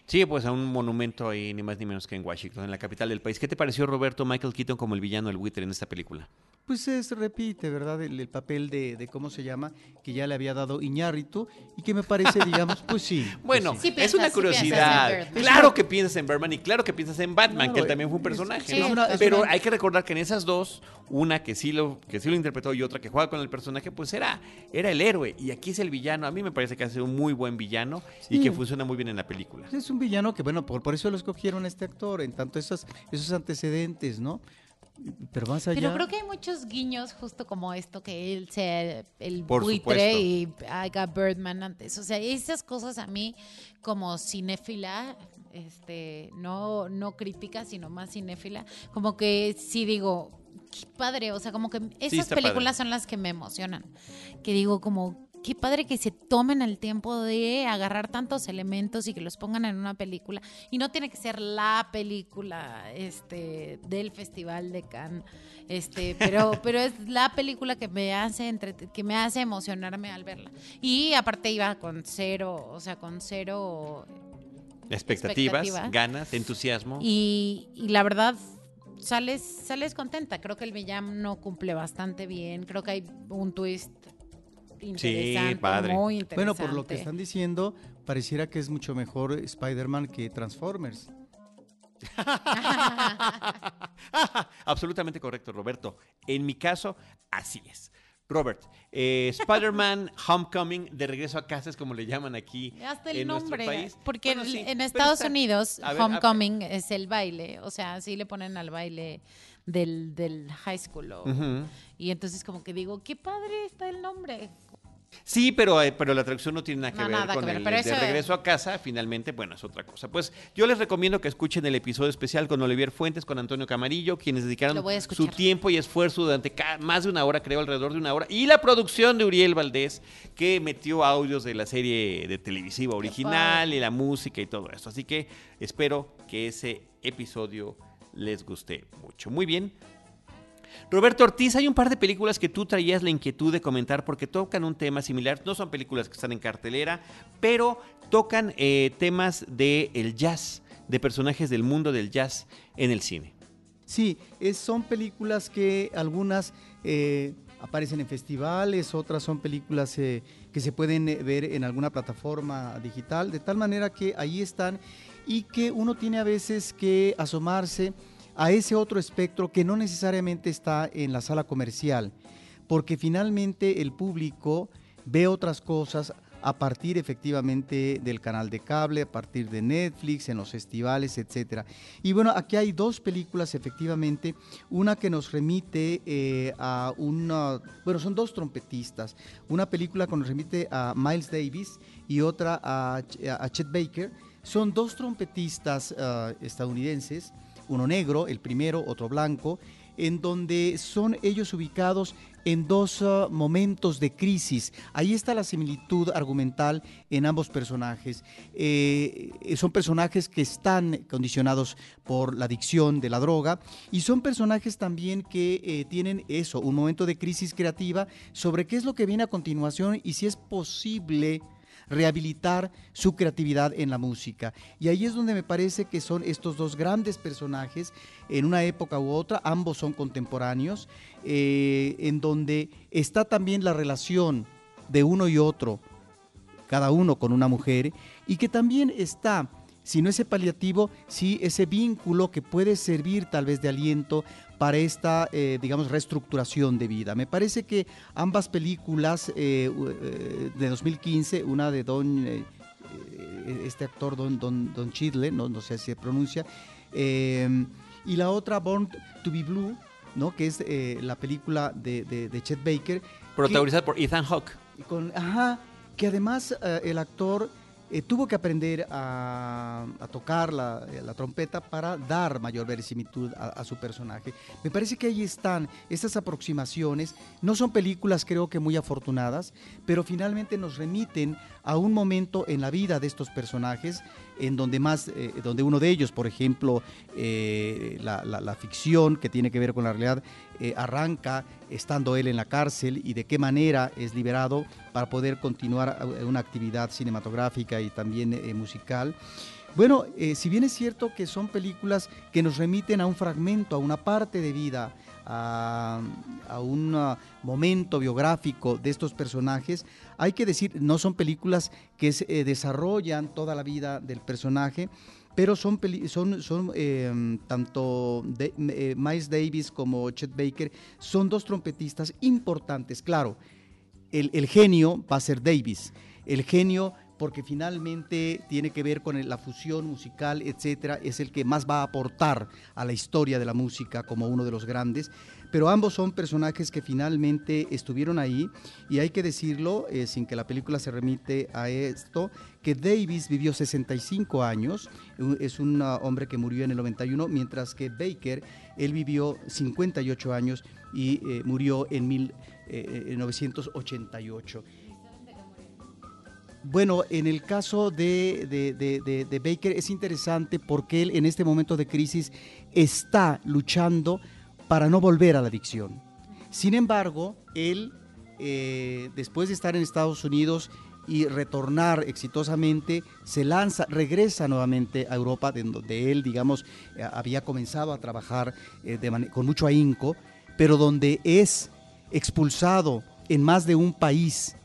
Sí, pues a un monumento ahí, ni más ni menos que en Washington, en la capital del país. ¿Qué te pareció, Roberto, Michael Keaton como el villano del buitre en esta película? Pues es, repite, ¿verdad? El, el papel de, de, ¿cómo se llama? Que ya le había dado Iñárritu y que me parece, digamos, pues sí. Bueno, pues sí. Sí es piensas, una sí curiosidad. piensas en Birdman. Claro que piensas en Birdman y claro que piensas en Batman, Claro, que él también fue un es- personaje, sí, ¿no? es una- es Pero una- hay que recordar que en esas dos, una que sí lo que sí lo interpretó y otra que juega con el personaje, pues era, era el héroe y aquí es el villano. A mí me parece que hace un muy buen villano y Sí. que funciona muy bien en la película. Es un villano que, bueno, por, por eso lo escogieron a este actor, en tanto esos, esos antecedentes, ¿no? Pero más allá... Pero creo que hay muchos guiños justo como esto, que él sea el Por buitre supuesto. y haga Birdman antes. O sea, esas cosas a mí como cinéfila, este, no, no crítica, sino más cinéfila, como que sí digo, qué padre, o sea, como que esas está películas padre. son las que me emocionan. Que digo como, qué padre que se tomen el tiempo de agarrar tantos elementos y que los pongan en una película. Y no tiene que ser la película este, del Festival de Cannes, este, pero, pero es la película que me hace entre, que me hace emocionarme al verla. Y aparte iba con cero, o sea, con cero Expectativas, Expectativa. ganas, entusiasmo. y, y la verdad sales, sales contenta. Creo que el villano cumple bastante bien. Creo que hay un twist interesante, padre. muy interesante. Bueno, por lo que están diciendo, pareciera que es mucho mejor Spider-Man que Transformers. Absolutamente correcto, Roberto. En mi caso, así es. Robert, eh, Spider-Man Homecoming, de regreso a casa, es como le llaman aquí Hasta el en nombre, nuestro país. porque Bueno, en- sí, en pero Estados está- Unidos a ver, a- Homecoming es el baile, o sea, así le ponen al baile del, del high school. o- Ujú. Y entonces como que digo, qué padre está el nombre. Sí, pero, eh, pero la traducción no tiene nada que No, ver nada que con ver, el pero de eso- regreso a casa, finalmente, bueno, es otra cosa. Pues yo les recomiendo que escuchen el episodio especial con Olivier Fuentes, con Antonio Camarillo, quienes dedicaron Lo voy a su escuchar. tiempo y esfuerzo durante ca- más de una hora, creo, alrededor de una hora, y la producción de Uriel Valdés, que metió audios de la serie de televisiva original padre. y la música y todo eso. Así que espero que ese episodio les guste mucho. Muy bien. Roberto Ortiz, hay un par de películas que tú traías la inquietud de comentar porque tocan un tema similar. No son películas que están en cartelera, pero tocan eh, temas del jazz, de personajes del mundo del jazz en el cine. Sí, es- son películas que algunas eh, aparecen en festivales, otras son películas eh, que se pueden eh, ver en alguna plataforma digital, de tal manera que ahí están y que uno tiene a veces que asomarse a ese otro espectro que no necesariamente está en la sala comercial, porque finalmente el público ve otras cosas a partir efectivamente del canal de cable, a partir de Netflix, en los festivales, etcétera. Y bueno, aquí hay dos películas efectivamente, una que nos remite eh, a una, bueno, son dos trompetistas, una película que nos remite a Miles Davis y otra a, a Chet Baker. Son dos trompetistas uh, estadounidenses, uno negro, el primero, otro blanco, en donde son ellos ubicados en dos uh, momentos de crisis. Ahí está la similitud argumental en ambos personajes. Eh, son personajes que están condicionados por la adicción de la droga y son personajes también que eh, tienen eso, un momento de crisis creativa sobre qué es lo que viene a continuación y si es posible rehabilitar su creatividad en la música. Y ahí es donde me parece que son estos dos grandes personajes en una época u otra, ambos son contemporáneos, eh, en donde está también la relación de uno y otro, cada uno con una mujer, y que también está, si no ese paliativo, sí ese vínculo que puede servir tal vez de aliento para esta, eh, digamos, reestructuración de vida. Me parece que ambas películas eh, eh, de dos mil quince, una de Don, eh, este actor Don, Don, Don Cheadle, no, no sé si se pronuncia, eh, y la otra Born to be Blue, ¿no? Que es eh, la película de, de, de Chet Baker. Protagonizada por Ethan Hawke. Que, con, ajá, que además eh, el actor Eh, tuvo que aprender a, a tocar la, la trompeta para dar mayor verisimilitud a, a su personaje. Me parece que ahí están estas aproximaciones. No son películas, creo que muy afortunadas, pero finalmente nos remiten a un momento en la vida de estos personajes, en donde más, eh, donde uno de ellos, por ejemplo, eh, la, la, la ficción que tiene que ver con la realidad, eh, arranca estando él en la cárcel y de qué manera es liberado para poder continuar una actividad cinematográfica y también eh, musical. Bueno, eh, si bien es cierto que son películas que nos remiten a un fragmento, a una parte de vida, a, a un uh, momento biográfico de estos personajes, hay que decir, no son películas que se, eh, desarrollan toda la vida del personaje, pero son, peli son, son eh, tanto de, eh, Miles Davis como Chet Baker son dos trompetistas importantes. Claro, el, el genio va a ser Davis, el genio porque finalmente tiene que ver con la fusión musical, etcétera, es el que más va a aportar a la historia de la música como uno de los grandes, pero ambos son personajes que finalmente estuvieron ahí, y hay que decirlo, eh, sin que la película se remite a esto, que Davis vivió sesenta y cinco años, es un uh, hombre que murió en el noventa y uno, mientras que Baker, él vivió cincuenta y ocho años y eh, murió en mil novecientos ochenta y ocho. Bueno, en el caso de, de, de, de, de Baker es interesante porque él en este momento de crisis está luchando para no volver a la adicción. Sin embargo, él, eh, después de estar en Estados Unidos y retornar exitosamente, se lanza, regresa nuevamente a Europa, de donde él, digamos, eh, había comenzado a trabajar eh, de con mucho ahínco, pero donde es expulsado en más de un país,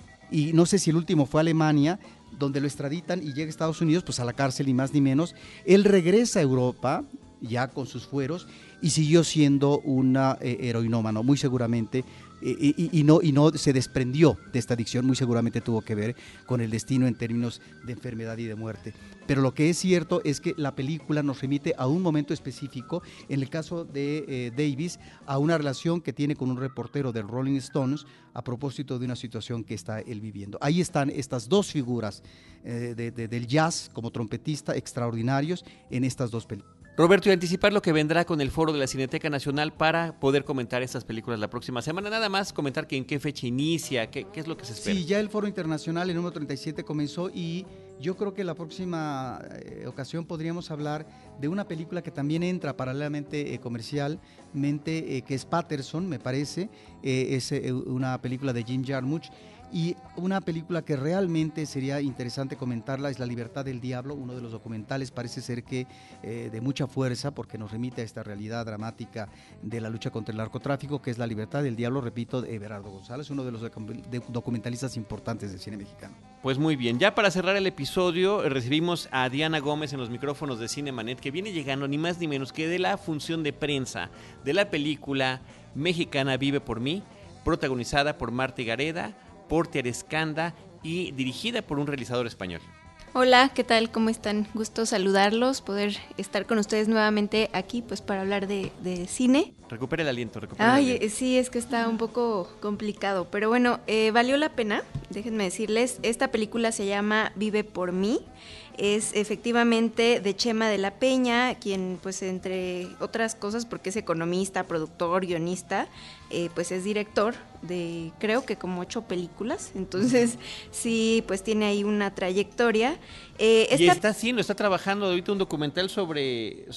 y no sé si el último fue Alemania, donde lo extraditan y llega a Estados Unidos, pues a la cárcel, ni más ni menos. Él regresa a Europa ya con sus fueros y siguió siendo una eh, heroinómano, muy seguramente, eh, y, y, no, y no se desprendió de esta adicción, muy seguramente tuvo que ver con el destino en términos de enfermedad y de muerte. Pero lo que es cierto es que la película nos remite a un momento específico, en el caso de eh, Davis, a una relación que tiene con un reportero del Rolling Stones a propósito de una situación que está él viviendo. Ahí están estas dos figuras eh, de, de, del jazz como trompetista extraordinarios en estas dos películas. Roberto, y anticipar lo que vendrá con el Foro de la Cineteca Nacional para poder comentar estas películas la próxima semana. Nada más comentar que en qué fecha inicia, qué, qué es lo que se espera. Sí, ya el Foro Internacional, el número treinta y siete, comenzó, y yo creo que la próxima eh, ocasión podríamos hablar de una película que también entra paralelamente eh, comercialmente, eh, que es Patterson, me parece, eh, es eh, una película de Jim Jarmusch. Y una película que realmente sería interesante comentarla es La Libertad del Diablo, uno de los documentales, parece ser que eh, de mucha fuerza, porque nos remite a esta realidad dramática de la lucha contra el narcotráfico, que es La Libertad del Diablo, repito, de Everardo González, uno de los documentalistas importantes del cine mexicano. Pues muy bien, ya para cerrar el episodio recibimos a Diana Gómez en los micrófonos de Cinemanet, que viene llegando ni más ni menos que de la función de prensa de la película mexicana Vive por mí, protagonizada por Marta Gareda, por Tere Escanda y dirigida por un realizador español. Hola, ¿qué tal? ¿Cómo están? Gusto saludarlos, poder estar con ustedes nuevamente aquí, pues para hablar de, de cine. Recupere el aliento, recupere Ay, el aliento. Sí, es que está un poco complicado, pero bueno, eh, valió la pena, déjenme decirles, esta película se llama Vive por mí, es efectivamente de Chema de la Peña, quien pues entre otras cosas, porque es economista, productor, guionista, eh, pues es director de creo que como ocho películas, entonces sí, pues tiene ahí una trayectoria. Eh, esta... Y está haciendo, está trabajando ahorita un documental sobre,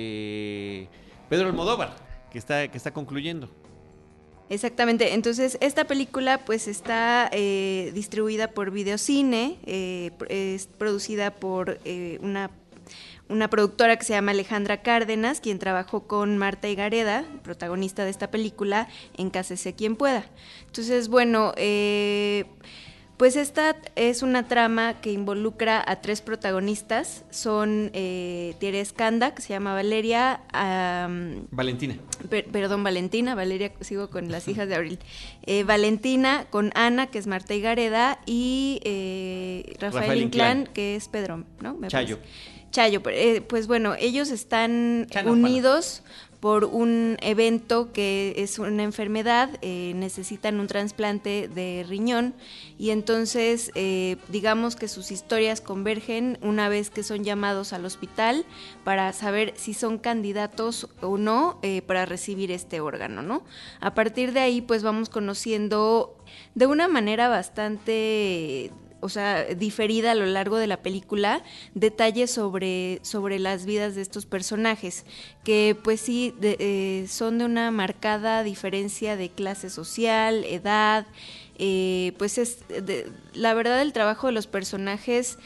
sobre Pedro Almodóvar, que está, que está concluyendo. Exactamente, entonces esta película pues está eh, distribuida por Videocine, eh, es producida por eh, una, una productora que se llama Alejandra Cárdenas, quien trabajó con Marta Gareda, protagonista de esta película, en Cásese quien pueda. Entonces, bueno, eh, pues esta es una trama que involucra a tres protagonistas, son eh, Tere Escanda, que se llama Valeria. Um, Valentina. Per, perdón, Valentina, Valeria, sigo con las hijas de Abril. Eh, Valentina, con Ana, que es Marta Gareda, y eh, Rafael, Rafael Inclán, Inclán, que es Pedro, ¿no? Me Chayo. Parece. Chayo, eh, pues bueno, ellos están Chano, unidos Juana. por un evento que es una enfermedad, eh, necesitan un trasplante de riñón y entonces eh, digamos que sus historias convergen una vez que son llamados al hospital para saber si son candidatos o no eh, para recibir este órgano, ¿no? A partir de ahí pues vamos conociendo de una manera bastante... o sea, diferida a lo largo de la película, detalles sobre, sobre las vidas de estos personajes, que pues sí, de, eh, son de una marcada diferencia de clase social, edad, eh, pues es, de, la verdad el trabajo de los personajes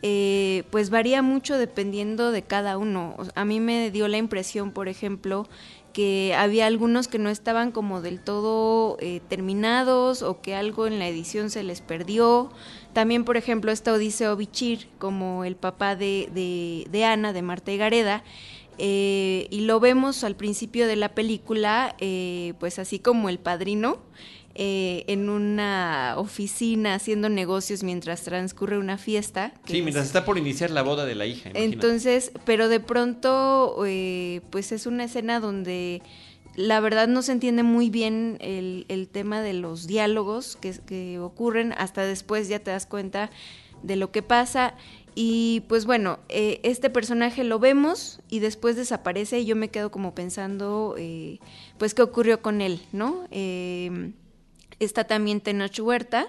eh, pues varía mucho dependiendo de cada uno. A mí me dio la impresión, por ejemplo, que había algunos que no estaban como del todo eh, terminados o que algo en la edición se les perdió. También, por ejemplo, está Odiseo Bichir como el papá de, de, de Ana, de Marta Higareda, eh, y lo vemos al principio de la película, eh, pues así como el padrino, Eh, en una oficina haciendo negocios mientras transcurre una fiesta. Sí, mientras es... está por iniciar la boda de la hija. Imagínate. Entonces, pero de pronto, eh, pues es una escena donde la verdad no se entiende muy bien el, el tema de los diálogos que, que ocurren, hasta después ya te das cuenta de lo que pasa. Y pues bueno, eh, este personaje lo vemos y después desaparece y yo me quedo como pensando, eh, pues qué ocurrió con él, ¿no? Eh, Está también Tenoch Huerta,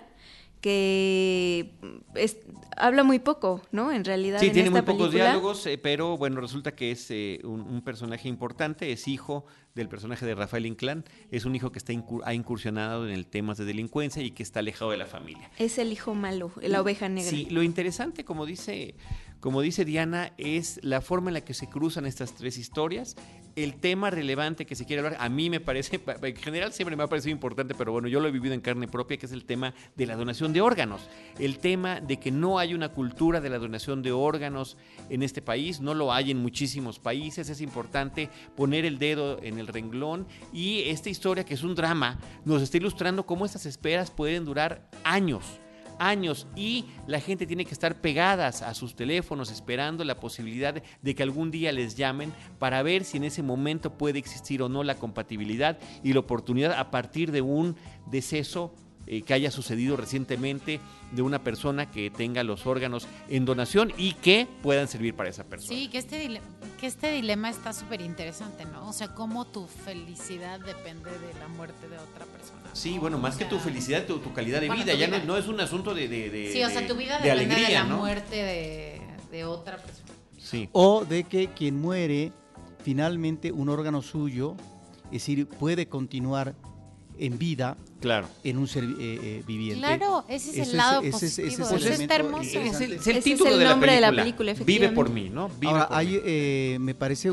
que es, habla muy poco, ¿no? En realidad, sí, en tiene esta muy pocos película. diálogos, eh, pero bueno, resulta que es eh, un, un personaje importante, es hijo del personaje de Rafael Inclán, es un hijo que está incur- ha incursionado en el tema de delincuencia y que está alejado de la familia. Es el hijo malo, la oveja negra. Sí, lo interesante, como dice, como dice Diana, es la forma en la que se cruzan estas tres historias, el tema relevante que se quiere hablar, a mí me parece, en general siempre me ha parecido importante, pero bueno, yo lo he vivido en carne propia, que es el tema de la donación de órganos, el tema de que no hay una cultura de la donación de órganos en este país, no lo hay en muchísimos países, es importante poner el dedo en el renglón, y esta historia, que es un drama, nos está ilustrando cómo estas esperas pueden durar años, años, y la gente tiene que estar pegadas a sus teléfonos esperando la posibilidad de que algún día les llamen para ver si en ese momento puede existir o no la compatibilidad y la oportunidad a partir de un deceso eh, que haya sucedido recientemente de una persona que tenga los órganos en donación y que puedan servir para esa persona. Sí, que este dilema, que este dilema está súper interesante, ¿no? O sea, cómo tu felicidad depende de la muerte de otra persona. Sí, bueno, más o que sea, tu felicidad, tu, tu calidad de bueno, vida, ya vida. No, no es un asunto de, de, de Sí, o sea, tu vida de depende alegría, de la ¿no? muerte de, de otra persona. Sí. O de que quien muere, finalmente un órgano suyo, es decir, puede continuar en vida, claro, en un ser eh, eh, viviente. Claro, ese es Ese el lado ese positivo. ese Eso elemento está hermoso. Es el, es el Ese título es el de, nombre la de la película, película, Vive por efectivamente. mí, ¿no? Vive Ahora, por hay, mí. eh, me parece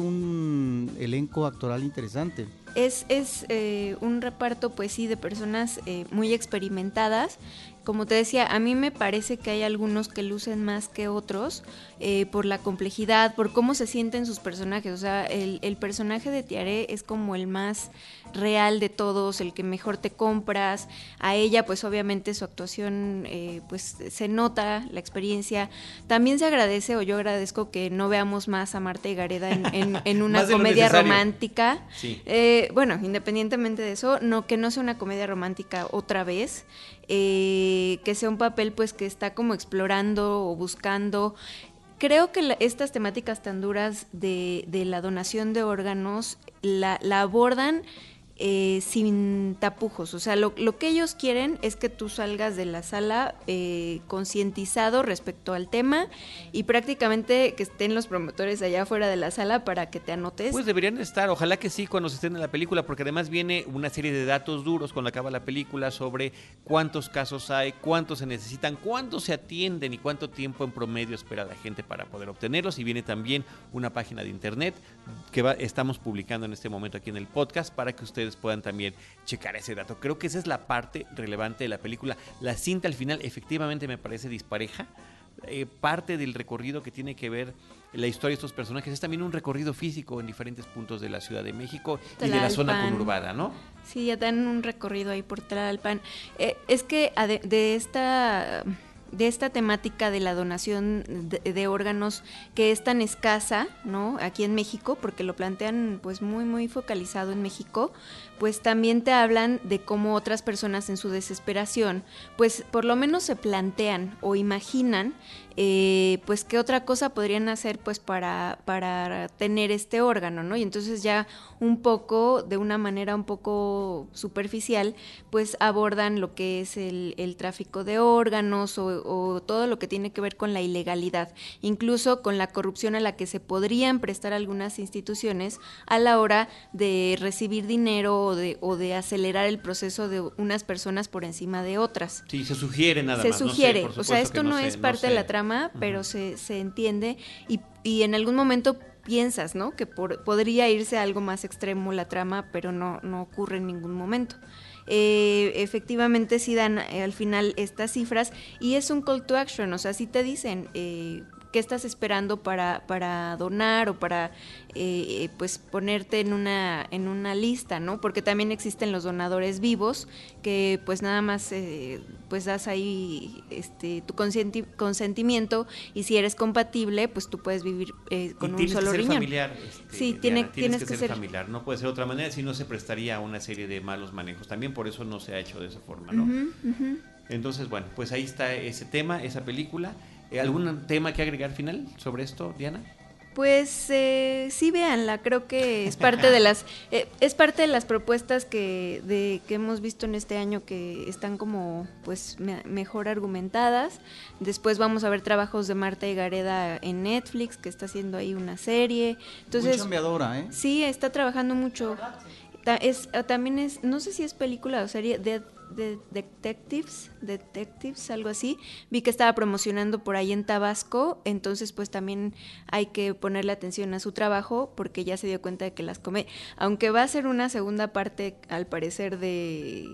un elenco actoral interesante. Es, es eh, un reparto, pues sí, de personas eh, muy experimentadas. Como te decía, a mí me parece que hay algunos que lucen más que otros eh, por la complejidad, por cómo se sienten sus personajes. O sea, el, el personaje de Tiare es como el más real de todos, el que mejor te compras. A ella, pues obviamente su actuación, eh, pues se nota la experiencia. También se agradece, o yo agradezco, que no veamos más a Marta Higareda en, en, en una Más de lo comedia necesario. romántica. Sí. Eh, bueno, independientemente de eso, no que no sea una comedia romántica otra vez, eh, que sea un papel pues que está como explorando o buscando. Creo que la, estas temáticas tan duras de, de la donación de órganos la, la abordan eh, sin tapujos. O sea, lo, lo que ellos quieren es que tú salgas de la sala eh, concientizado respecto al tema y prácticamente que estén los promotores allá afuera de la sala para que te anotes. Pues deberían estar, ojalá que sí, cuando se estén en la película, porque además viene una serie de datos duros cuando acaba la película sobre cuántos casos hay, cuántos se necesitan, cuántos se atienden y cuánto tiempo en promedio espera la gente para poder obtenerlos. Y viene también una página de internet que va, estamos publicando en este momento aquí en el podcast para que ustedes puedan también checar ese dato. Creo que esa es la parte relevante de la película. La cinta al final efectivamente me parece dispareja. Eh, parte del recorrido que tiene que ver la historia de estos personajes es también un recorrido físico en diferentes puntos de la Ciudad de México y de la zona Tlalpan. conurbada, ¿no? Sí, ya dan un recorrido ahí por Tlalpan. Eh, es que de, de esta... de esta temática de la donación de, de órganos que es tan escasa, ¿no? Aquí en México, porque lo plantean pues muy muy focalizado en México, pues también te hablan de cómo otras personas en su desesperación, pues por lo menos se plantean o imaginan eh, pues qué otra cosa podrían hacer pues para, para tener este órgano, ¿no? Y entonces ya un poco, de una manera un poco superficial, pues abordan lo que es el, el tráfico de órganos o, o todo lo que tiene que ver con la ilegalidad, incluso con la corrupción a la que se podrían prestar algunas instituciones a la hora de recibir dinero o de, o de acelerar el proceso de unas personas por encima de otras. Sí, se sugiere nada se más. sugiere, no sé, por o sea, supuesto esto que no, sé, es parte sé. de la trama trama, pero se, se entiende y, y en algún momento piensas, ¿no? Que por, podría irse a algo más extremo la trama, pero no, no ocurre en ningún momento. Eh, efectivamente sí dan eh, al final estas cifras y es un call to action, o sea, sí te dicen eh, qué estás esperando para, para donar o para eh, pues ponerte en una, en una lista, ¿no? Porque también existen los donadores vivos que pues nada más eh, pues das ahí este tu consenti- consentimiento y si eres compatible pues tú puedes vivir eh, con un solo riñón. Familiar, este, sí, Diana, tiene, tienes, tienes que, que ser, ser familiar, no puede ser de otra manera, si no se prestaría a una serie de malos manejos. También por eso no se ha hecho de esa forma, ¿no? Uh-huh, uh-huh. Entonces, bueno, pues ahí está ese tema, esa película. ¿Algún tema que agregar final sobre esto, Diana? Pues eh, sí, véanla, creo que es parte de las eh, es parte de las propuestas que de que hemos visto en este año que están como pues me, mejor argumentadas. Después vamos a ver trabajos de Marta Higareda en Netflix, que está haciendo ahí una serie. Entonces, muy chambeadora, ¿eh? Sí, está trabajando mucho. Ta- es, también es, no sé si es película o serie de, de Detectives, Detectives, algo así. Vi que estaba promocionando por ahí en Tabasco, entonces pues también hay que ponerle atención a su trabajo porque ya se dio cuenta de que las come, aunque va a ser una segunda parte al parecer de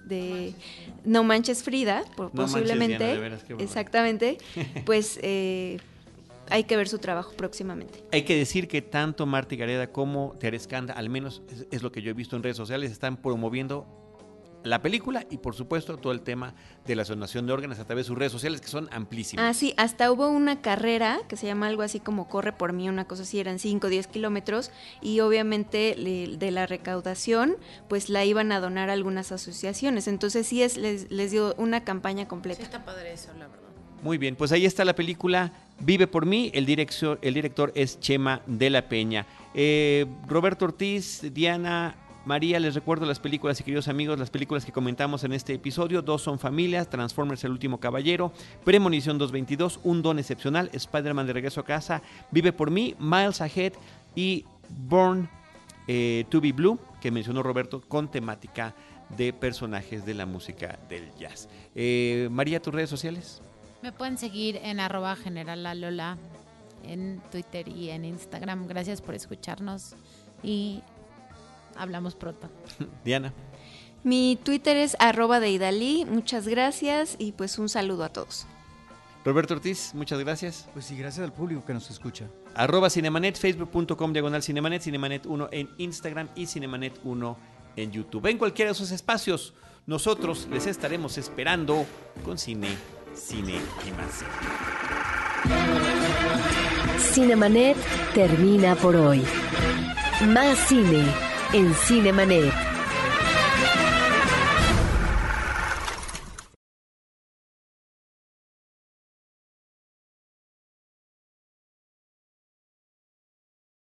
de No Manches Frida, po- No posiblemente, manches, Diana, de veras, qué barbaridad. exactamente, pues eh, hay que ver su trabajo próximamente. Hay que decir que tanto Marta Higareda como Tere Skanda, al menos es, es lo que yo he visto en redes sociales, están promoviendo la película y por supuesto todo el tema de la donación de órganos a través de sus redes sociales que son amplísimas. Ah, sí, hasta hubo una carrera que se llama algo así como Corre por mí, una cosa así, eran cinco o diez kilómetros y obviamente le, de la recaudación pues la iban a donar a algunas asociaciones, entonces sí es les, les dio una campaña completa. Sí está padre eso, la verdad. Muy bien, pues ahí está la película Vive por mí, el director, el director es Chema de la Peña. Eh, Roberto Ortiz, Diana, María, les recuerdo las películas y queridos amigos, las películas que comentamos en este episodio. Dos son familias, Transformers El Último Caballero, Premonición doscientos veintidós, Un Don Excepcional, Spider-Man de Regreso a Casa, Vive por mí, Miles Ahead y Born eh, to be Blue, que mencionó Roberto, con temática de personajes de la música del jazz. Eh, María, ¿tus redes sociales? Me pueden seguir en arroba general la Lola en Twitter y en Instagram. Gracias por escucharnos y hablamos pronto. Diana. Mi Twitter es arroba de Idalí, muchas gracias y pues un saludo a todos. Roberto Ortiz, muchas gracias. Pues sí, gracias al público que nos escucha. Arroba Cinemanet, facebook punto com diagonal Cinemanet, Cinemanet uno en Instagram y Cinemanet uno en YouTube. En cualquiera de esos espacios, nosotros les estaremos esperando con cine, cine y más. Cinemanet termina por hoy. Más cine en Cinemanet.